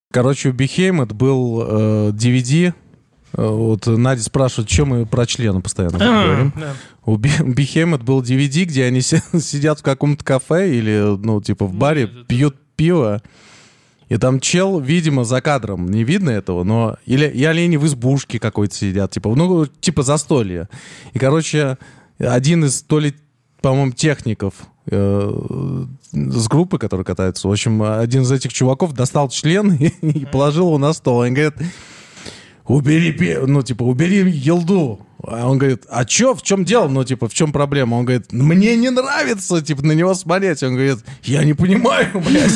Короче, у Behemoth был DVD. Вот Надя спрашивает, что мы про члены постоянно говорим. Да. У Behemoth был DVD, где они сидят в каком-то кафе или, в баре, пьют пиво. И там чел, видимо, за кадром, не видно этого, но... Или они в избушке какой-то сидят, застолье. И, короче, один из, по-моему, техников с группы, которые катаются, в общем, один из этих чуваков достал член и положил его на стол. Он говорит, убери елду. А он говорит, а чё, в чем дело? В чем проблема? Он говорит, мне не нравится, на него смотреть. Он говорит, я не понимаю, блядь.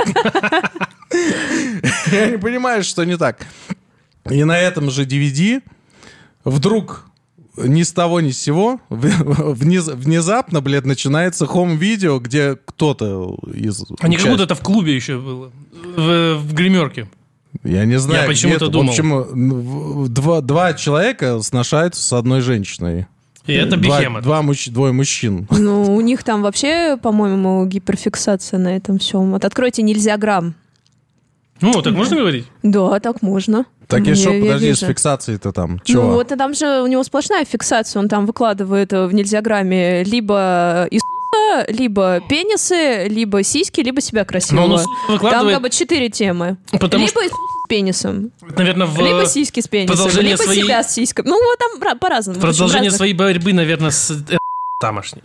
Я не понимаю, что не так. И на этом же DVD вдруг ни с того ни с сего внезапно, блядь, начинается хом-видео, где кто-то из... Они как будто это в клубе еще было. В гримерке. Я не знаю, я почему-то думал. В общем, два человека сношаются с одной женщиной. И это Behemoth. Двое мужчин. Ну, у них там вообще, по-моему, гиперфиксация на этом всем. Вот откройте «Нельзя грамм». Ну, так можно говорить? Да, так можно. Так и что, подожди, с фиксацией-то там? Чего? Ну, вот там же у него сплошная фиксация. Он там выкладывает в «Нельзяграмме» либо либо пенисы, либо сиськи, либо себя красивого. Там 4 темы. Либо с пенисом. Наверное, либо сиськи с пенисом, либо себя с сиськой. Ну, вот там по-разному. Продолжение своей борьбы, наверное, с тамошней.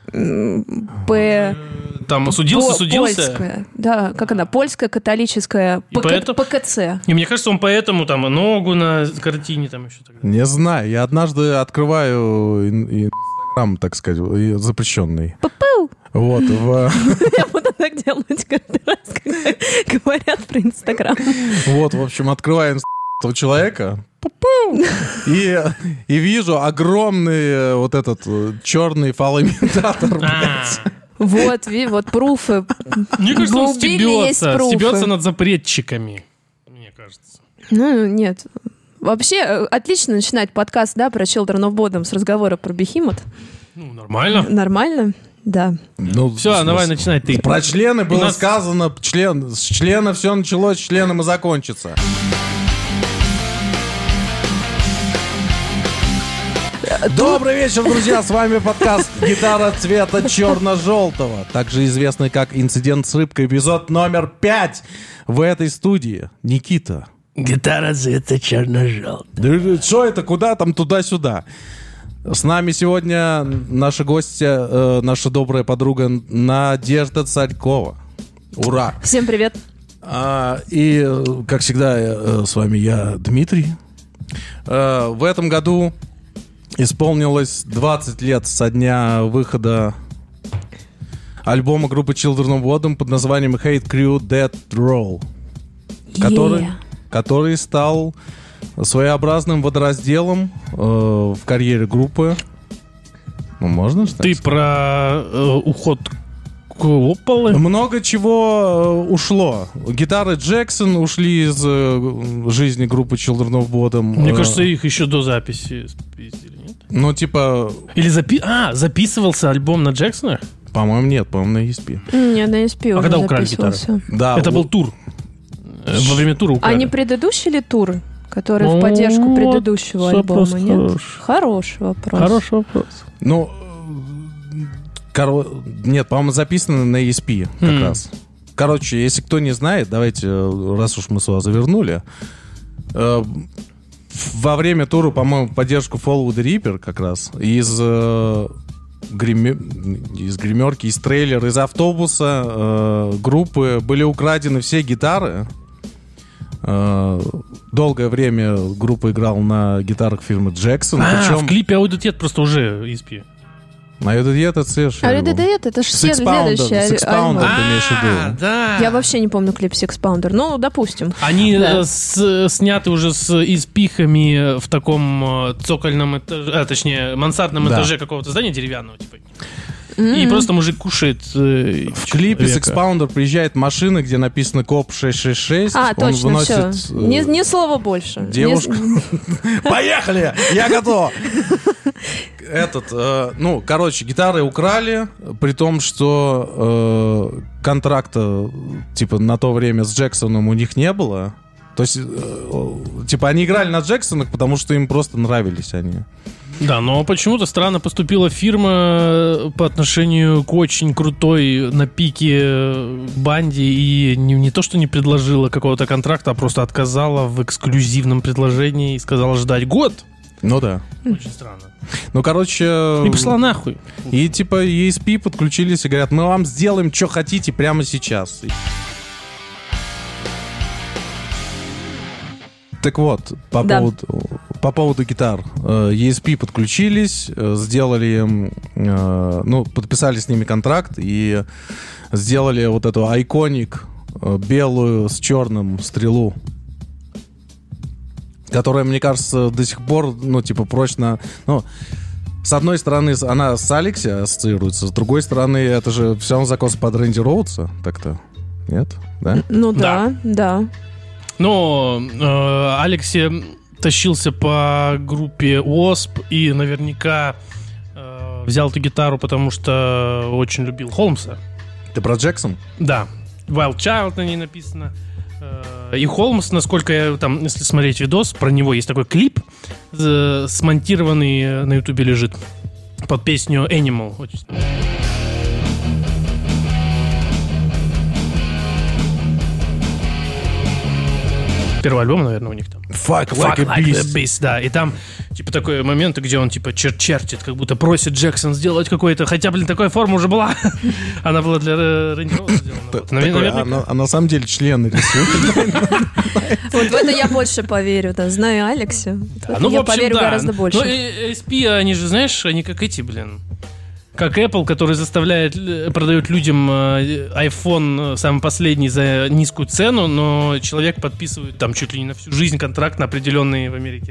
Там судился? Польская. Да, как она? Польская, католическая, ПКЦ. И мне кажется, он поэтому там ногу на картине там еще тогда. Не знаю. Я однажды открываю Инстаграм, так сказать, запрещенный. Пу-пу. Вот. Я буду так делать каждый раз, когда говорят про Инстаграм. Вот, в общем, открываю этого человека. И вижу огромный вот этот черный фалоимитатор, блядь. Вот пруфы. Мне кажется, он стебется над запретчиками, мне кажется. Ну, нет. Вообще, отлично начинать подкаст, да, про Children of Bodom с разговора про Behemoth. Ну, нормально. Нормально, да. Ну, все, давай начинай ты. Про члены было сказано, с члена все началось, членом и закончится. Добрый вечер, друзья! С вами подкаст «Гитара цвета черно-желтого», также известный как «Инцидент с рыбкой», эпизод номер 5 в этой студии. Никита. Гитара цвета черно-желтого. Да что это? Куда там? Туда-сюда. С нами сегодня наша гостья, наша добрая подруга Надежда Царькова. Ура! Всем привет! И, как всегда, с вами я, Дмитрий. В этом году исполнилось 20 лет со дня выхода альбома группы Children of Bodom под названием Hate Crew Death Roll, который стал своеобразным водоразделом в карьере группы. Ну, можно же так сказать? Ты про уход Опполы? Много чего ушло. Гитары Джексон ушли из жизни группы Children of Bodom. Мне кажется, их еще до записи спиздили, нет? Ну, типа... Или записывался альбом на Джексонах? По-моему, нет, по-моему, на ESP. Нет, на ESP уже когда украли гитары? Да, это был тур. Во время тура украли. А не предыдущий ли тур, который в поддержку предыдущего альбома, нет? Хороший вопрос. Хороший вопрос. Ну... Нет, по-моему, записано на ESP как раз. Короче, если кто не знает, давайте, раз уж мы сюда завернули, во время тура, по-моему, поддержку Follow the Reaper как раз из гримерки, из трейлера, из автобуса группы были украдены все гитары. Долгое время группа играла на гитарах фирмы Jackson. Причем... в клипе Аудитет просто уже ESP. А это совершенно. Это же следующий Six Pounder, ты имеешь в виду. Да. Я вообще не помню клип Six Pounder. Ну, допустим. Они сняты уже с испихами в таком цокольном этаже, точнее, мансардном этаже какого-то здания деревянного, типа. И просто мужик кушает. В клипе Six Pounder приезжает машина, где написано КОП 666. Точно, выносит, все. Ни слова больше. Девушку. Поехали! Я готов! гитары украли, при том, что контракта, типа, на то время с Джексоном у них не было. То есть, типа, они играли на Джексонах, потому что им просто нравились они. Да, но почему-то странно поступила фирма по отношению к очень крутой на пике банде и не то, что не предложила какого-то контракта, а просто отказала в эксклюзивном предложении и сказала ждать год. Ну да. Очень странно. Ну, короче... И пошла нахуй. И типа ESP подключились и говорят, мы вам сделаем, что хотите прямо сейчас. Так вот, по поводу гитар. ESP подключились, сделали им, подписали с ними контракт и сделали вот эту Iconic белую с черным стрелу, которая, мне кажется, до сих пор, прочно... с одной стороны, она с Алекси ассоциируется, с другой стороны, это же все равно закос под Рэнди Роудса, так-то, нет? Да? Ну да. Но Алекси тащился по группе Wasp и наверняка взял эту гитару, потому что очень любил Холмса. Ты про Джексон? Да. Wild Child на ней написано. И Холмс, насколько я там, если смотреть видос, про него есть такой клип, смонтированный на ютубе лежит под песню Animal. Первый альбом, наверное, у них там. Fuck like a beast. Да, и там, типа, такой момент, где он, типа, чертит, как будто просит Джексон сделать какой-то... Хотя, такая форма уже была. Она была для Рэнди Роуза сделана. А на самом деле члены рисуют. Вот в это я больше поверю, да. Знаю Алекси. Я поверю гораздо больше. Ну, SP, они же, знаешь, они как эти, как Apple, который продает людям iPhone самый последний за низкую цену, но человек подписывает там чуть ли не на всю жизнь контракт на определенный в Америке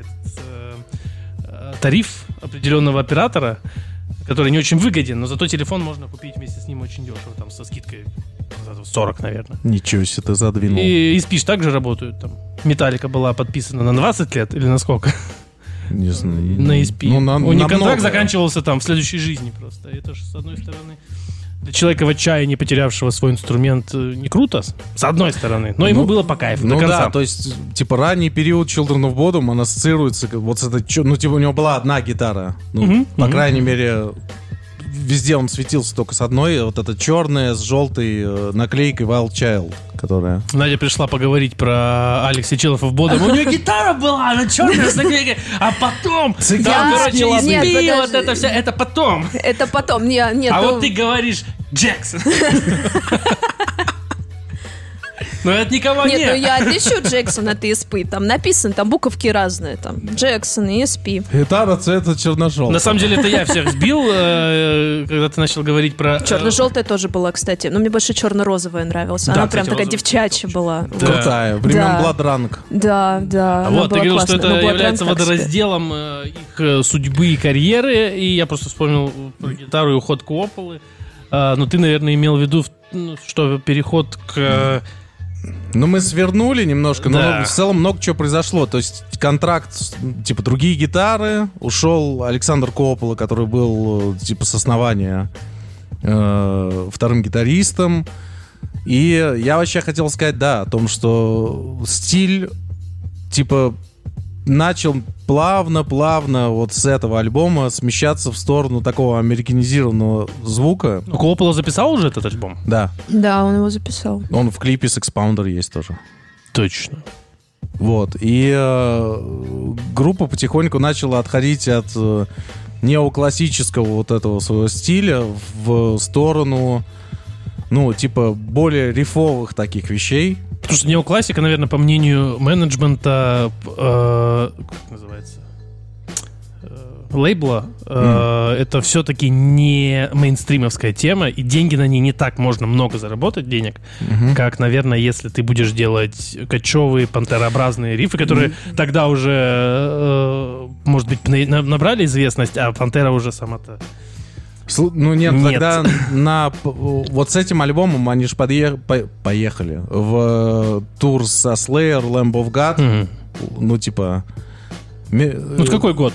тариф определенного оператора, который не очень выгоден, но зато телефон можно купить вместе с ним очень дешево, там со скидкой 40, наверное. Ничего себе ты задвинул. И Speech также работают там. Металлика была подписана на 20 лет или на сколько? Не знаю. На ESP. У них контракт заканчивался там в следующей жизни просто. Это же, с одной стороны, для человека в отчаянии, потерявшего свой инструмент, не круто, с одной стороны. Но ему было по кайфу до конца. Да, то есть, ранний период Children of Bodom, он ассоциируется вот с этой... у него была одна гитара. По крайней мере... Везде он светился только с одной, вот эта черная с желтой наклейкой Wild Child, которая... Надя пришла поговорить про Алекса Children of Bodom. У нее гитара была, она черная с наклейкой, а потом... вот это все, это потом. Это потом, нет. А вот ты говоришь Джексон. Но это никого нет. Нет, я отличу Джексон от ESP. Там написано, там буковки разные. Там Джексон и ESP. Гитара цвета черно-желтого. На самом деле, это я всех сбил, когда ты начал говорить про... Черно-желтая тоже была, кстати. Но мне больше черно-розовая нравилась. Она прям такая девчачья была. Крутая. Времен Bloodrunner. Да. Вот, ты говорил, что это является водоразделом их судьбы и карьеры. И я просто вспомнил про гитару и уход Копполы. Но ты, наверное, имел в виду, что переход к... мы свернули немножко, но в целом много чего произошло. То есть контракт, другие гитары. Ушел Александр Коппола, который был, с основания вторым гитаристом. И я вообще хотел сказать, о том, что стиль, начал плавно вот с этого альбома смещаться в сторону такого американизированного звука. Коппола записал уже этот альбом? Да. Да, он его записал. Он в клипе с Expounder есть тоже. Точно. Вот. И группа потихоньку начала отходить от неоклассического вот этого своего стиля в сторону, более рифовых таких вещей. Потому что неоклассика, наверное, по мнению менеджмента, как называется, лейбла, это все-таки не мейнстримовская тема, и деньги на ней не так можно много заработать денег, как, наверное, если ты будешь делать кочевые, пантерообразные рифы, которые тогда уже, может быть, набрали известность, а пантера уже сама-то... Нет, тогда вот с этим альбомом они же поехали в тур со Slayer, Lamb of God. в какой год?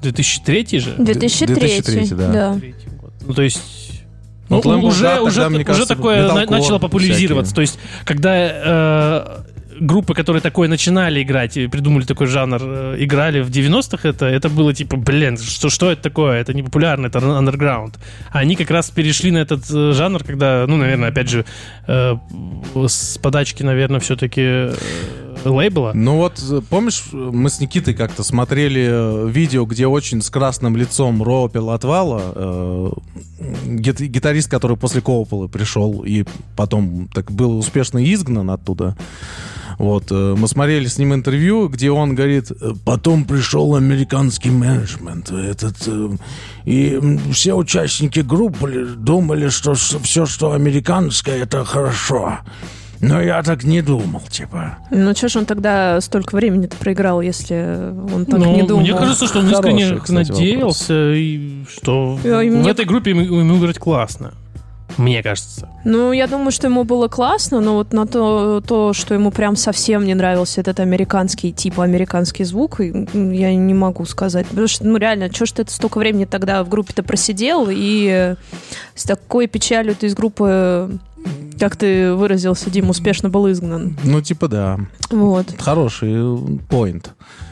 2003 же? 2003, да. Ну, то есть... уже такое начало популяризироваться. То есть, когда группы, которые такое начинали играть и придумали такой жанр, играли в 90-х, это было типа, что это такое? Это не популярно, это underground. А они как раз перешли на этот жанр, когда, наверное, опять же, с подачки, наверное, все-таки лейбла. Ну вот, помнишь, мы с Никитой как-то смотрели видео, где очень с красным лицом Ро Пелотвала, гитарист, который после Коупола пришел и потом так был успешно изгнан оттуда. Вот, мы смотрели с ним интервью, где он говорит, потом пришел американский менеджмент, и все участники группы думали, что все, что американское, это хорошо. Но я так не думал, типа. Ну, что ж он тогда столько времени-то проиграл, если он так не думал? Мне кажется, что он искренне надеялся, и что в этой группе ему играть классно. Мне кажется. Ну, я думаю, что ему было классно, но вот на то, что ему прям совсем не нравился этот американский звук, я не могу сказать. Потому что, реально, что ж ты столько времени тогда в группе-то просидел, и с такой печалью ты из группы, как ты выразился, Дим, успешно был изгнан. Ну, типа, да. Вот. Хороший поинт.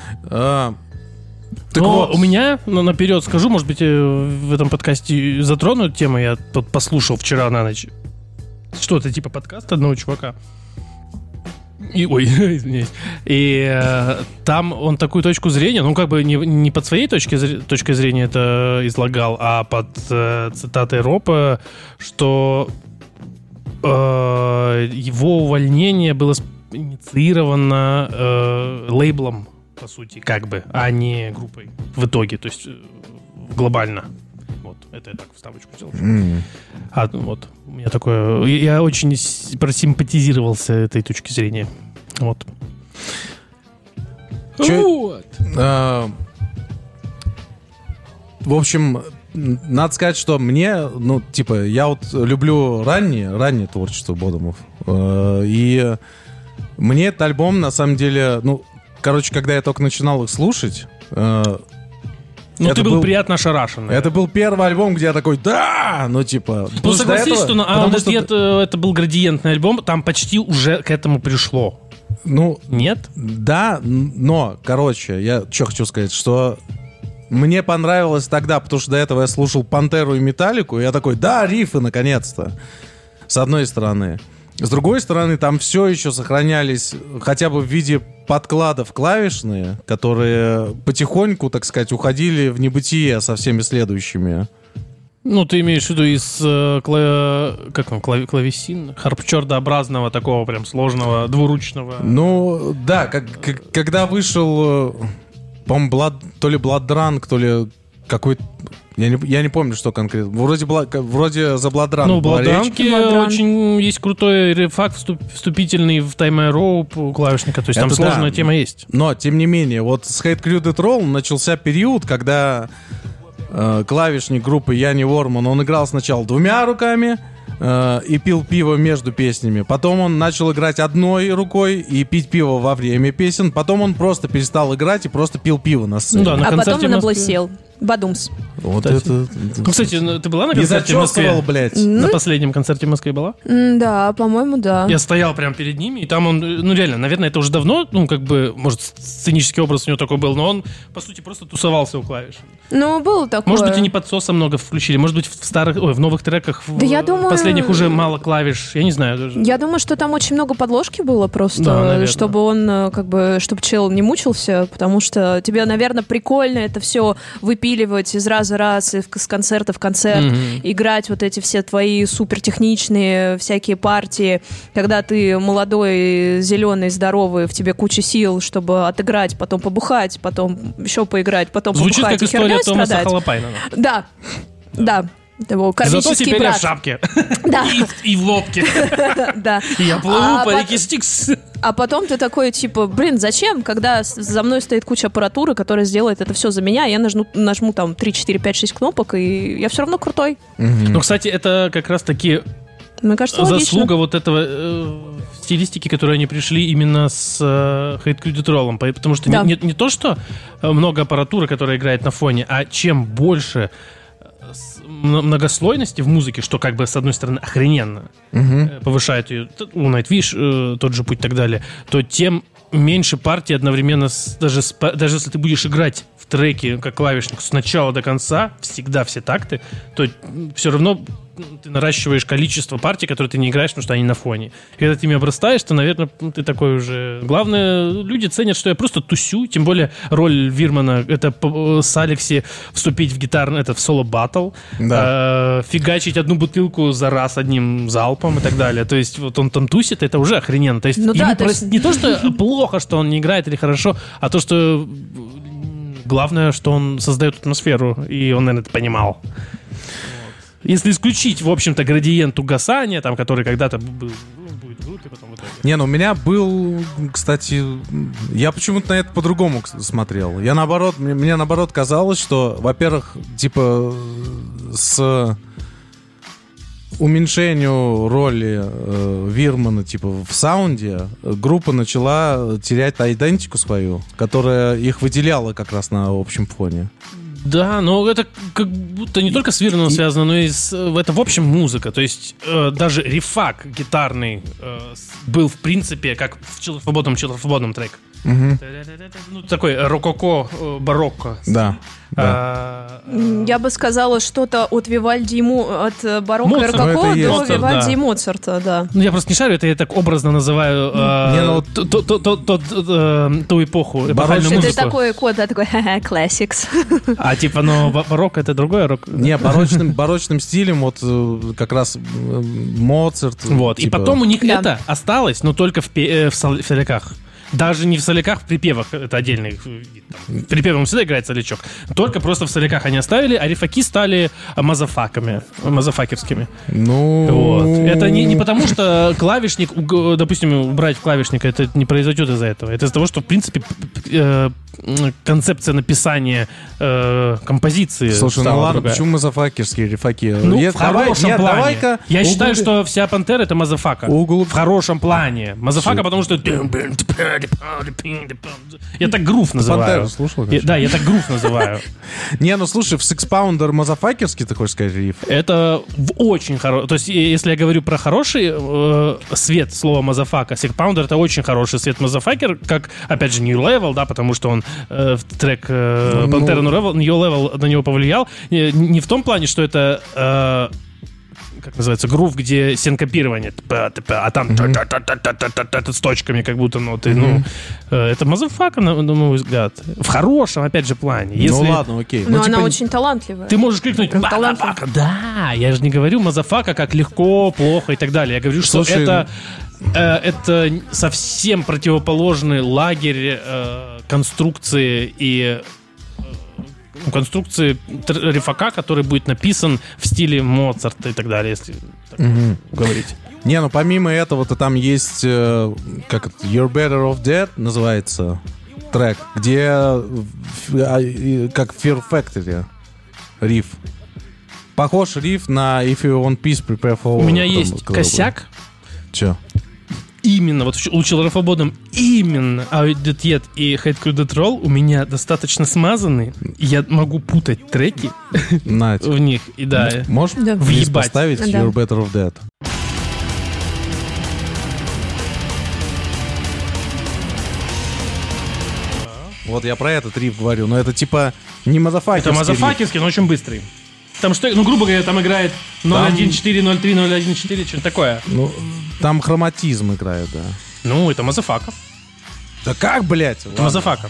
У меня, наперед скажу, может быть, в этом подкасте затронут тему, я тут послушал вчера на ночь что-то типа подкаста одного чувака. Извиняюсь. И там он такую точку зрения, как бы не под своей точкой зрения это излагал, а под цитатой Ропа, что его увольнение было инициировано лейблом, по сути, как бы, а не группой в итоге, то есть глобально. Вот, это я так вставочку сделал. Вот, у меня такое... Я очень просимпатизировался этой точки зрения. Вот. В общем, надо сказать, что мне, я вот люблю раннее творчество Бодомов. И мне этот альбом, на самом деле, когда я только начинал их слушать... ты был приятно ошарашен. Это был первый альбом, где я такой, да! Согласись, что это был градиентный альбом, там почти уже к этому пришло. Нет? Да, но, я что хочу сказать, что мне понравилось тогда, потому что до этого я слушал Пантеру и Металлику, и я такой, да, рифы, наконец-то. С одной стороны. С другой стороны, там все еще сохранялись хотя бы в виде подкладов клавишные, которые потихоньку, так сказать, уходили в небытие со всеми следующими. Ты имеешь в виду из клавесин? Харпчордообразного такого прям сложного, двуручного? Да, когда вышел, по-моему, то ли Blood Drunk, то ли какой-то... Я не помню, что конкретно. Вроде за Blood Drunk была речь. В Blood Drunk очень есть крутой рефакт вступительный в Time I Rope у клавишника. То есть там сложная тема есть. Но, тем не менее, вот с Hate Cruded Roll начался период, когда клавишник группы Янни Ворман, он играл сначала двумя руками и пил пиво между песнями. Потом он начал играть одной рукой и пить пиво во время песен. Потом он просто перестал играть и просто пил пиво на сцене. А потом он облысел. Бадумс. Вот это... Кстати, ты была на концерте в Москве? Блядь. На последнем концерте в Москве была? Да, по-моему, да. Я стоял прямо перед ними, и там он, реально, наверное, это уже давно, может, сценический образ у него такой был, но он, по сути, просто тусовался у клавиш. Было такое. Может быть, и не подсоса много включили, может быть, в новых треках, последних уже мало клавиш, я не знаю даже. Я думаю, что там очень много подложки было просто, чтобы он, чтобы чел не мучился, потому что тебе, наверное, прикольно это все выпиливать из раза в раз, с концерта в концерт, играть вот эти все твои супертехничные всякие партии, когда ты молодой, зеленый, здоровый, в тебе куча сил, чтобы отыграть, потом побухать, потом еще поиграть, потом звучит побухать. Звучит как история Томаса Халапайнена. Да. Его Зато теперь брат. Я в шапке. Да. И в лодке. Да. Я плыву по реке Стикс. А потом ты такой, зачем, когда за мной стоит куча аппаратуры, которая сделает это все за меня, я нажму там 3, 4, 5, 6 кнопок, и я все равно крутой. Кстати, это как раз таки Мне кажется, заслуга вот этого стилистики, которые они пришли именно с Hate Crew Death, потому что не то, что много аппаратуры, которая играет на фоне, а чем больше многослойности в музыке, что как бы с одной стороны охрененно повышает ее, Nightwish, тот же путь и так далее, то тем меньше партий одновременно, даже если ты будешь играть в треке как клавишник с начала до конца, всегда все такты, то все равно ты наращиваешь количество партий, которые ты не играешь, потому что они на фоне. И когда ты ими обрастаешь, то, наверное, ты такой уже... Главное, люди ценят, что я просто тусю, тем более роль Вирмана — это с Алекси вступить в соло-баттл, фигачить одну бутылку за раз одним залпом и так далее. То есть вот он там тусит, это уже охрененно. То есть не то, что плохо, что он не играет или хорошо, а то, что главное, что он создает атмосферу, и он, наверное, это понимал. Если исключить, в общем-то, градиент угасания, там, который когда-то будет в группе, потом в итоге. Не, ну у меня был, кстати, я почему-то на это по-другому смотрел. Мне наоборот казалось, что, во-первых, типа с уменьшению роли Вирмана, типа, в саунде, группа начала терять идентику свою, которая их выделяла как раз на общем фоне. Да, но это как будто не только с Вирманом связано, но и это в общем музыка. То есть даже рифак гитарный был в принципе как в свободном треке. Ну, такой рококо, барокко. Да. Я бы сказала, что-то от Вивальди от барокко и рококо до Вивальди и Моцарта, да. Ну, я просто не шарю, это я так образно называю ту эпоху, эпохальную музыку. Это такой код, такой classics. А типа, но барокко — это другое рок? Не, барочным стилем, вот как раз Моцарт. Вот, и потом у них это осталось, но только в соляках. Даже не в соляках, в припевах. Это отдельный вид. В припевах всегда играет солячок. Только просто в соляках они оставили, а рифаки стали мазафакерскими. Ну... Вот. Это не потому, что клавишник, допустим, убрать клавишника, это не произойдет из-за этого. Это из-за того, что, в принципе, концепция написания композиции. Слушай, ну ладно, почему мазафакерские рифаки? Ну, в хорошем плане. Я считаю, что вся Пантера — это мазафака. В хорошем плане. Мазафака, потому что... Я так грув называю. Пантеру слушал? Да, я так грув называю. Не, ну слушай, в Six Pounder мазафакерский, ты хочешь сказать, риф? Это очень хороший... То есть, если я говорю про хороший свет слова мазафака, Six Pounder — это очень хороший свет мазафакер, как, опять же, New Level, да, потому что он трек Пантера New Level на него повлиял. Не в том плане, что это... как называется, грув, где синкопирование, а там с точками, как будто ноты. Это мазафака, на мой взгляд. В хорошем, опять же, плане. Ну ладно, окей. Но она очень талантливая. Ты можешь крикнуть мазафака. Да, я же не говорю мазафака как легко, плохо и так далее. Я говорю, что это совсем противоположный лагерь конструкции и конструкции рифака, который будет написан в стиле Моцарта и так далее, если так говорить. Не, ну помимо этого-то там есть как это, You're Better Off Dead называется трек, где как Fear Factory риф. Похож риф на If You Want Peace, Prepare For War. У меня есть косяк. Че? Именно, вот у Человекоподобном именно Out Dead Yet и Hate Crew Death Roll у меня достаточно смазаны. Я могу путать треки в них. И да, можешь въебать поставить You're Better Off Dead? Вот я про этот риф говорю, но это типа не мазафакерский. Это мазафакерский, но очень быстрый. Там что, ну, грубо говоря, там играет 0.1.4, 0.3, 0.1.4, что-то такое. Ну, там хроматизм играет, да. Ну, это мазафака. Да как, блядь? Это мазафака.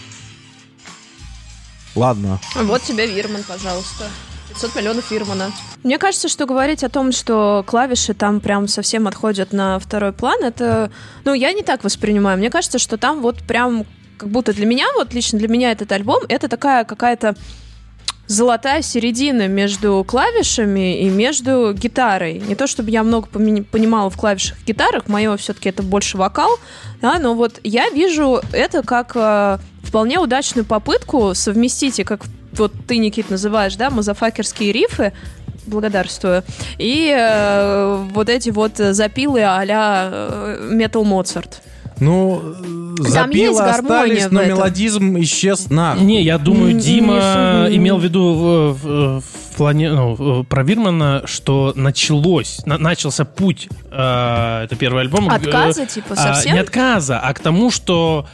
Ладно. Вот тебе Вирман, пожалуйста. 500 миллионов Вирмана. Мне кажется, что говорить о том, что клавиши там прям совсем отходят на второй план, это... Ну, я не так воспринимаю. Мне кажется, что там вот прям как будто для меня, вот лично для меня этот альбом, это такая какая-то золотая середина между клавишами и между гитарой. Не то чтобы я много понимала в клавишах и гитарах, мое все-таки это больше вокал, да, но вот я вижу это как вполне удачную попытку совместить, и как вот ты, Никит, называешь, да, мазафакерские рифы, благодарствую. И вот эти вот запилы а-ля Metal Mozart. Ну, запилы остались, но мелодизм исчез нахуй. Не, я думаю, Дима имел в виду в плане про Вирмана, что начался путь, это первый альбом. Отказа, типа, совсем? Не отказа, а к тому, что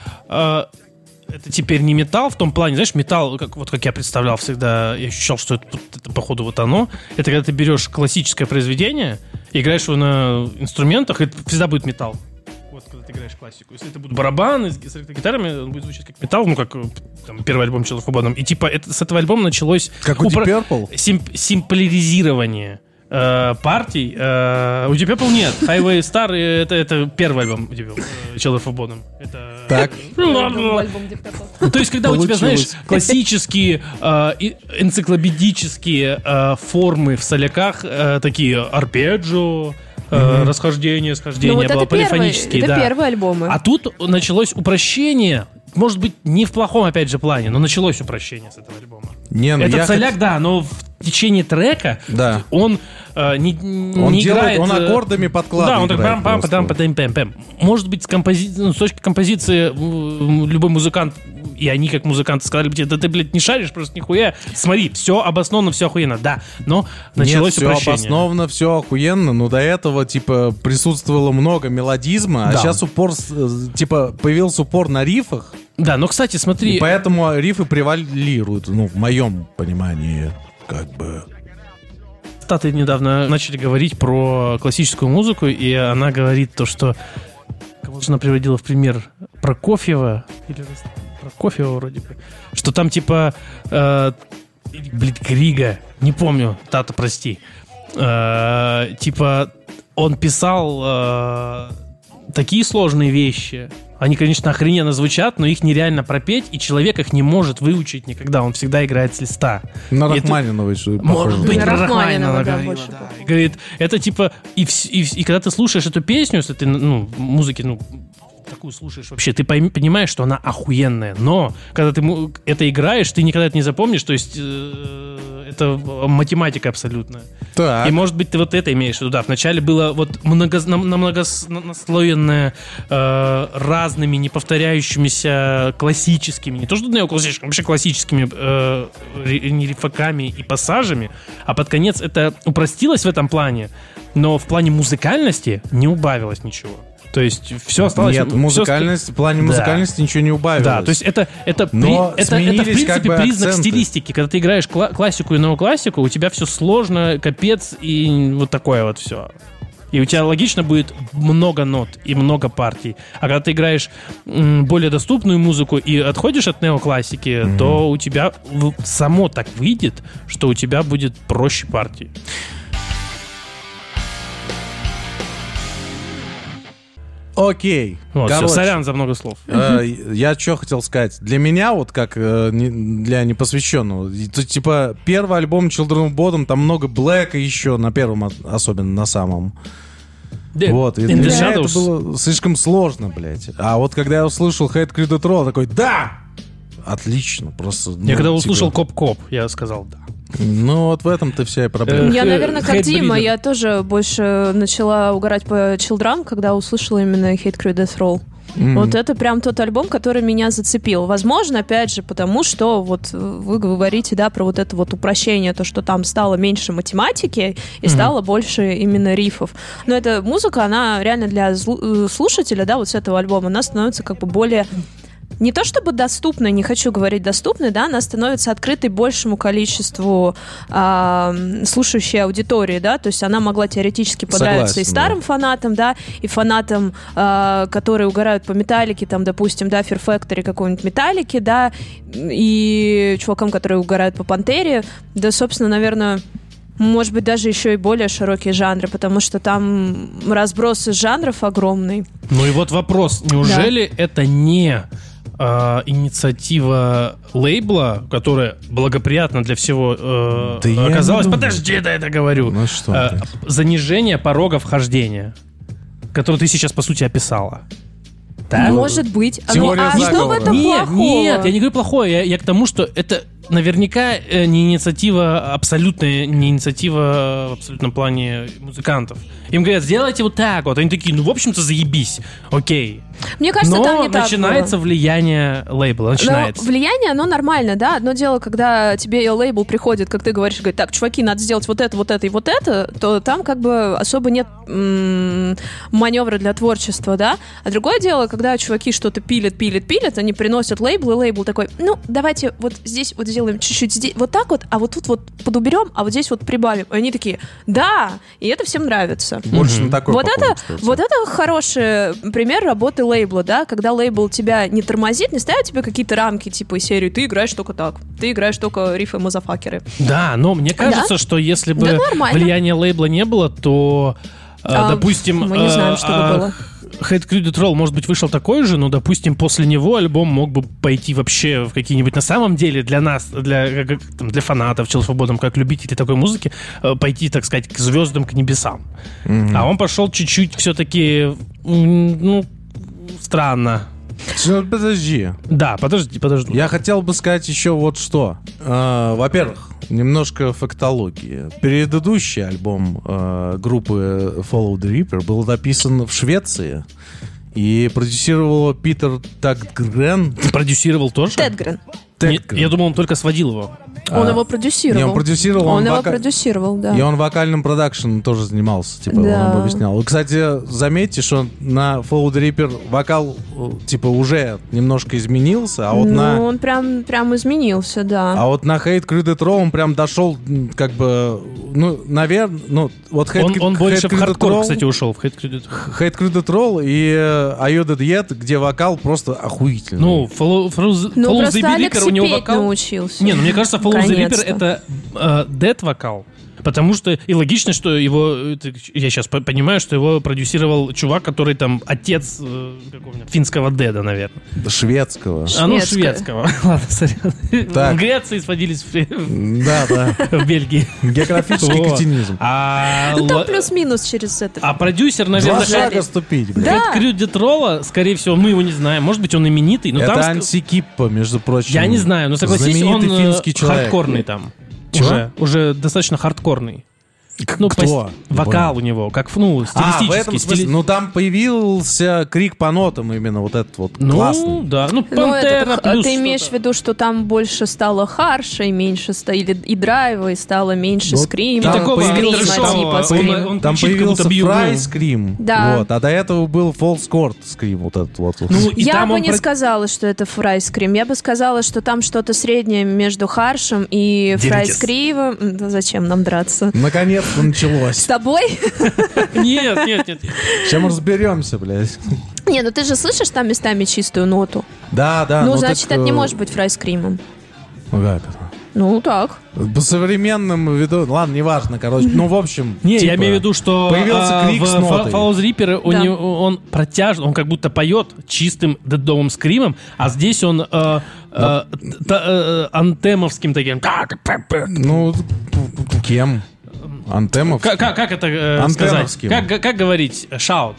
это теперь не металл в том плане, знаешь, металл, как я представлял всегда, я ощущал, что это походу вот оно. Это когда ты берешь классическое произведение, играешь его на инструментах, это всегда будет металл. Вот, когда ты играешь классику. Если это будут барабаны с электрогитарами, он будет звучать как металл, ну, как там, первый альбом Children of Bodom. И типа с этого альбома началось... Как у Deep Purple? Симпляризирование партий. У Deep Purple нет. Highway Star это первый альбом Children of Bodom. Это... Так. То есть, когда у тебя, знаешь, классические энциклопедические формы в соляках, такие арпеджио, расхождение, схождение, вот было полифонические. Это первые альбомы. А тут началось упрощение. Может быть, не в плохом, опять же, плане, но началось упрощение с этого альбома. Этот соляк, да, но в течение трека он не играет... Он аккордами подкладывает. Да, он так пам-пам-пам-пам-пам-пам. Может быть, с точки композиции любой музыкант, и они как музыканты сказали бы, да ты, блядь, не шаришь просто нихуя. Смотри, все обосновано, все охуенно. Да, но началось упрощение. Все обосновано, все охуенно, но до этого, типа, присутствовало много мелодизма, а сейчас появился упор на рифах. Да, но, кстати, смотри... И поэтому рифы превалируют, в моем понимании, как бы... Статы недавно начали говорить про классическую музыку, и она говорит то, что... Кого же она приводила в пример? Прокофьева? Или Прокофьева вроде бы. Что там типа... Блиткрига. Не помню. Тата, прости. Типа он писал такие сложные вещи. Они, конечно, охрененно звучат, но их нереально пропеть, и человек их не может выучить никогда. Он всегда играет с листа. На Рахманинова еще похоже. Может быть, на Рахманинова говорила, да. И говорит, это типа... И когда ты слушаешь эту песню с этой музыки, такую слушаешь вообще, ты понимаешь, что она охуенная. Но когда ты это играешь, ты никогда это не запомнишь. То есть это математика абсолютная. Так. И, может быть, ты вот это имеешь в виду. Да, вначале было вот многослойное разными, неповторяющимися классическими, не то что неоклассическими, вообще классическими рифаками и пассажами, а под конец это упростилось в этом плане, но в плане музыкальности не убавилось ничего. То есть все осталось... Нет, в плане музыкальности ничего не убавилось. Да, то есть это в принципе, признак стилистики. Когда ты играешь классику и неоклассику, у тебя все сложно, капец, и вот такое вот все. И у тебя логично будет много нот и много партий. А когда ты играешь более доступную музыку и отходишь от неоклассики, то у тебя само так выйдет, что у тебя будет проще партии. Окей. Вот, все, сорян за много слов. Я что хотел сказать. Для меня, вот как для непосвященного, типа первый альбом Children of Bodom, там много блэка еще, на первом, особенно на самом. Вот, и для меня это было слишком сложно, блядь. А вот когда я услышал Hate Created Raw, такой, да! Отлично, просто... Я когда услышал Коп-Коп, я сказал да. Ну, вот в этом-то вся и проблема. Я, наверное, как Дима, я тоже больше начала угорать по Children, когда услышала именно Hate Created Raw. Вот это прям тот альбом, который меня зацепил. Возможно, опять же, потому что вот вы говорите, да, про вот это вот упрощение, то, что там стало меньше математики и стало больше именно рифов. Но эта музыка, она реально для слушателя, да, вот с этого альбома, она становится как бы более... Не то чтобы доступной, не хочу говорить доступной, да, она становится открытой большему количеству слушающей аудитории, да, то есть она могла теоретически понравиться и старым фанатам, да, и фанатам, которые угорают по Металлике, там, допустим, да, Fear Factory какой-нибудь Металлики, да, и чувакам, которые угорают по Пантере, да, собственно, наверное... Может быть, даже еще и более широкие жанры, потому что там разброс жанров огромный. Ну и вот вопрос. Неужели это не инициатива лейбла, которая благоприятна для всего оказалась? Подожди, да, это говорю. Ну что занижение порога вхождения, которое ты сейчас, по сути, описала. Да? Может быть. А что в этом плохого? Нет, я не говорю плохое. Я к тому, что это наверняка не инициатива, абсолютная не инициатива в абсолютном плане музыкантов. Им говорят, сделайте вот так вот. Они такие, в общем-то, заебись. Окей. Мне кажется, но там не так начинается было. Влияние лейбла. Начинается. Но влияние, оно нормально, да. Одно дело, когда тебе лейбл приходит, как ты говоришь, говорит, так, чуваки, надо сделать вот это и вот это, то там как бы особо нет маневра для творчества, да. А другое дело, когда чуваки что-то пилят, они приносят лейбл, и лейбл такой, давайте вот здесь вот сделаем чуть-чуть здесь, вот так вот, а вот тут вот подуберем, а вот здесь вот прибавим. И они такие, да, и это всем нравится. Больше на такой вот это хороший пример работы лейбла, да, когда лейбл тебя не тормозит, не ставит тебе какие-то рамки, типа из серии «ты играешь только так», «ты играешь только рифы мазафакеры». Да, но мне кажется, что если бы влияния лейбла не было, то, допустим... Мы не знаем, что бы было. Hate Cruded Roll, может быть, вышел такой же, но, допустим, после него альбом мог бы пойти вообще в какие-нибудь, на самом деле, для нас, для фанатов Chill for Bottom, как любителей такой музыки, пойти, так сказать, к звездам, к небесам. Mm-hmm. А он пошел чуть-чуть все-таки, странно. Подожди. Да, подожди. Я хотел бы сказать еще вот что. Во-первых, немножко фактологии. Предыдущий альбом группы Follow the Reaper был записан в Швеции и продюсировал Питер Тедгрен. Продюсировал тоже? Тедгрен. Я думал, он только сводил его. Он его продюсировал. Не, он продюсировал. Он его продюсировал, да. И он вокальным продакшеном тоже занимался, типа, да. Он объяснял. Вы, кстати, заметьте, что на Follow the Reaper вокал, типа, уже немножко изменился, а вот он прям изменился, да. А вот на Hate Cruded Roll он прям дошел, как бы, наверное, вот Он больше в хардкор, кстати, ушел, в Hate Cruded Roll и Are You Dead Yet, где вокал просто охуительный. Follow the Reaper у него вокал... научился. Не, мне кажется, Follow the Reaper это dead вокал. Потому что и логично, что его... Я сейчас понимаю, что его продюсировал чувак, который там отец финского деда, наверное. Шведского. Шведского. Ладно, сорян. В Греции сводились в Бельгии. Географический кретинизм. Там плюс-минус через это. А продюсер, наверное... 2 шага ступить, блядь. Hate Cruded Roll, скорее всего, мы его не знаем. Может быть, он именитый. Но это там... Анси Киппа, между прочим. Я не знаю, но согласись, он хардкорный там. Чего? Уже достаточно хардкорный. Кто? Вокал у него, как, стилистический. В этом смысле, там появился крик по нотам именно вот этот вот классный. Да, Пантера плюс ты имеешь в виду, что там больше стало харша и меньше и драйва, и стало меньше скрима. Там появился фрай скрим, а до этого был фолс-корд скрим, вот этот вот. Я бы не сказала, что это фрай скрим. Я бы сказала, что там что-то среднее между харшем и фрай скримом. Зачем нам драться? Наконец началось. С тобой? Нет. Сейчас мы разберемся, блядь. Не, ты же слышишь там местами чистую ноту? Да. Значит, это не может быть фрай-скримом. Как это? Так. По современному виду... Ладно, неважно, короче. В общем... Не, я имею в виду, что появился крик с нотой. В Follow the Reaper он протяжен, он как будто поет чистым дедовым скримом, а здесь он антемовским таким... Кем? Антемов? Как это сказать? Как говорить? Шаут.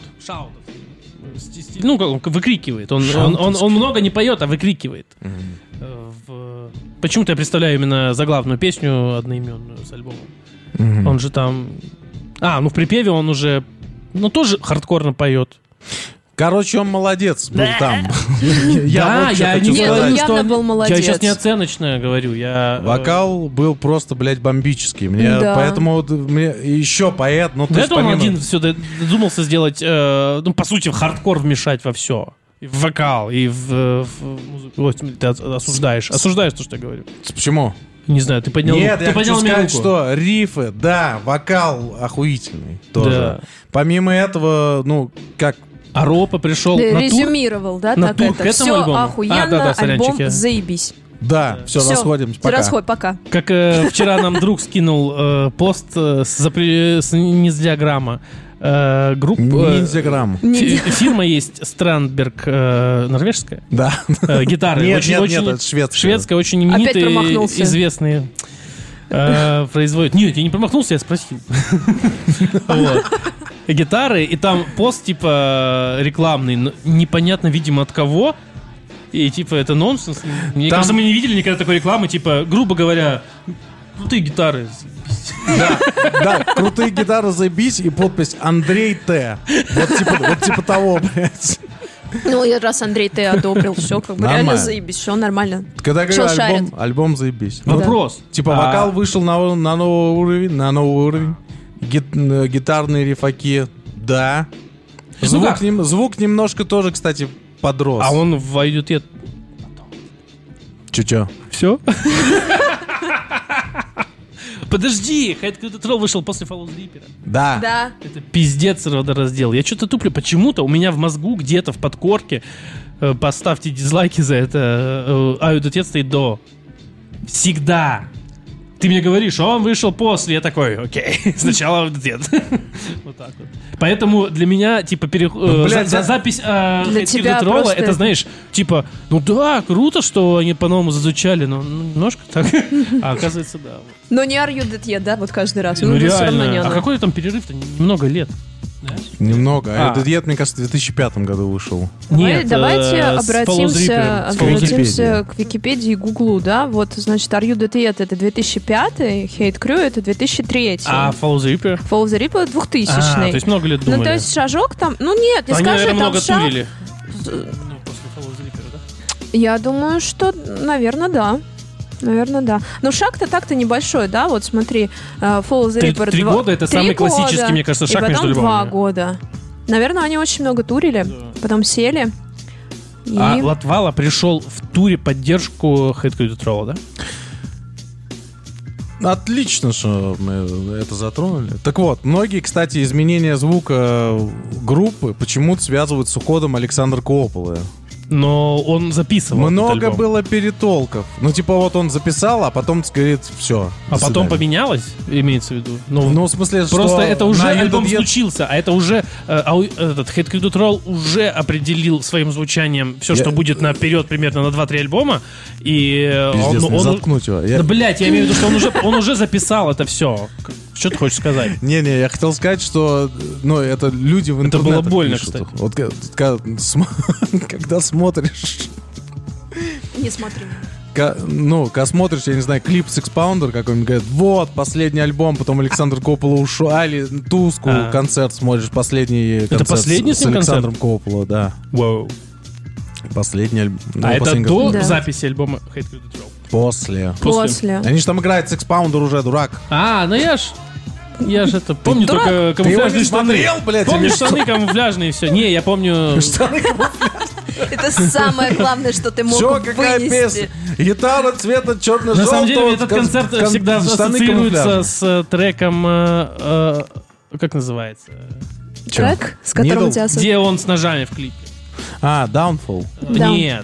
Выкрикивает. Он много не поет, а выкрикивает. Почему-то я представляю именно заглавную песню одноименную с альбомом. Он же там... в припеве он уже... тоже хардкорно поет. Короче, он молодец был там. Я явно был молодец. Я сейчас неоценочно говорю. Вокал был просто, блядь, бомбический. Поэтому еще поэт. Это он один все додумался сделать, по сути, в хардкор вмешать во все. И в вокал, и в музыку. Ты осуждаешь то, что я говорю. Почему? Не знаю, ты поднял руку. Нет, я хочу сказать, что рифы, вокал охуительный тоже. Помимо этого, как... А Ропа пришел на тур. Резюмировал, да? На тур к этому все альбому? Охуенно, альбом заебись. Да, все, расходимся, пока. Расход, пока. Как вчера нам друг скинул пост с ниндзяграмма. Ниндзяграмм. Фирма есть Strandberg, норвежская. Да. Гитары. Нет, это шведская. Шведская, очень именитые, известные. Производят. Нет, я не промахнулся, я спросил. Гитары, и там пост типа рекламный, непонятно, видимо, от кого. И, типа, это нонсенс. Мне кажется, мы не видели никогда такой рекламы, типа, грубо говоря, крутые гитары. Да, крутые гитары, заебись, и подпись Андрей Т. Вот типа того, блядь. Ну, и раз Андрей Т. одобрил, все, как бы реально заебись, все нормально. Когда говорю альбом заебись. Вопрос. Типа вокал вышел на новый уровень. Гитарные рифаки, да. Звук немножко тоже, кстати, подрос. А он войдет... Чё? Все? Подожди, Head Credit Roll вышел после Follow the Reaper. Да. Это пиздец родораздел. Я что-то туплю. Почему-то у меня в мозгу где-то в подкорке, поставьте дизлайки за это, Аю-Детет стоит до. Всегда. Ты мне говоришь, он вышел после. Я такой, окей, сначала Аю-Детет. Вот так вот. Поэтому для меня, типа, запись Head Credit Roll, это, знаешь, типа, ну да, круто, что они по-новому зазвучали, но немножко так. А оказывается, да. Но не Аю-Детет, да, вот каждый раз. Ну реально. А какой там перерыв-то? Немного лет. Немного. Аю-Детет, мне кажется, в 2005 году вышел. Нет, давайте обратимся к Википедии и Гуглу, да? Вот, значит, Аю-Детет это 2005, Hate Crew это 2003. А Follow the Reaper? Follow the Reaper 2000. То есть много лет думали. Ну, то есть шажок там... Ну, нет, не скажи, там много шаг... турили. После Follow the Reaper, да? Я думаю, что, наверное, да. Наверное, да. Но шаг-то так-то небольшой, да? Вот смотри, Follow the Reaper... 3 года — это самый классический, мне кажется, шаг между альбомами. И потом 2 года. Наверное, они очень много турили, потом сели. А Латвала пришел в туре поддержку Head Credit Roll, да? Отлично, что мы это затронули. Так вот, многие, кстати, изменения звука группы почему-то связывают с уходом Александра Копполы. Но он записывал. Много было перетолков. Ну, типа, вот он записал, а потом говорит, все. А потом поменялось, имеется в виду? Ну, в смысле, что... Просто это уже альбом случился, а это уже... Этот Head Credit Roll уже определил своим звучанием все, что будет наперед примерно на 2-3 альбома. И пиздец, не заткнуть его. Да, блядь, я имею в виду, что он уже записал это все. Что ты хочешь сказать? Не-не, я хотел сказать, что это люди в интернете. Это было больно, пишут. кстати. Вот когда смотришь... Не смотри. Когда смотришь, я не знаю, клип Six Pounder какой-нибудь, говорит, вот, последний альбом, потом Александр Коппола ушел, или Туску концерт смотришь, последний концерт с Александром Коппола, да. Вау. Последний альбом. Это до записи альбома Hate Credit Roll? После. Они же там играют Six Pounder уже, дурак. Я же это помню, только камуфляжные штаны. Помню штаны камуфляжные и все. Не, я помню... Штаны камуфляжные. Это самое главное, что ты мог вынести. Все, какая песня. Гитара цвета черно-желтого. На самом деле, этот концерт всегда ассоциируется с треком... Как называется? Трек, с которым у тебя... Где он с ножами в клипе. Downfall. Нет.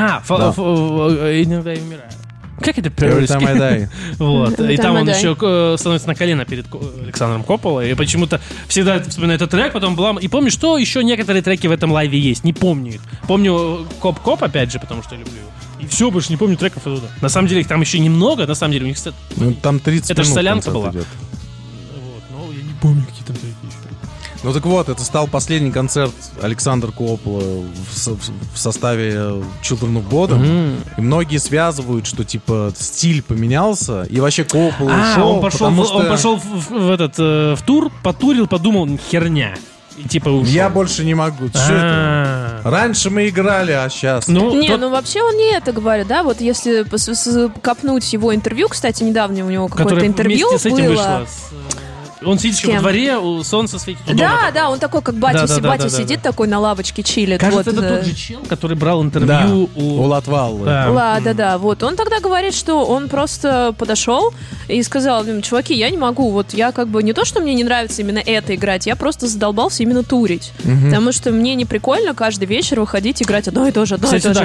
Иногда я умираю. Как это Every time I die. Вот. И там он еще становится на колено перед Александром Копполой. И почему-то всегда вспоминаю этот трек, потом была... И помню, что еще некоторые треки в этом лайве есть. Не помню их. Помню Коп-Коп, опять же, потому что я люблю его. И все, больше не помню треков оттуда. На самом деле их там еще немного. На самом деле у них... там 30 минут. Это же солянка была. Вот. Но я не помню, какие там треки еще. Ну так вот, это стал последний концерт Александра Коппола в составе Children of Bodom. И многие связывают, что типа стиль поменялся, и вообще Коппола ушел. Он пошел в тур, потурил, подумал, херня. И типа ушел. Я больше не могу. Что это? Раньше мы играли, а сейчас... Ну вообще он не это говорит, да? Вот если копнуть его интервью, кстати, недавно у него какое-то интервью было... Он сидит еще во дворе, солнце светит. Да, он такой, как батя сидит такой на лавочке, чилит. Кажется, это тот же чел, который брал интервью у Латваллы. Да. Вот он тогда говорит, что он просто подошел и сказал, чуваки, я не могу, вот я как бы не то, что мне не нравится именно это играть, я просто задолбался именно турить. Потому что мне не прикольно каждый вечер выходить и играть одно и то же.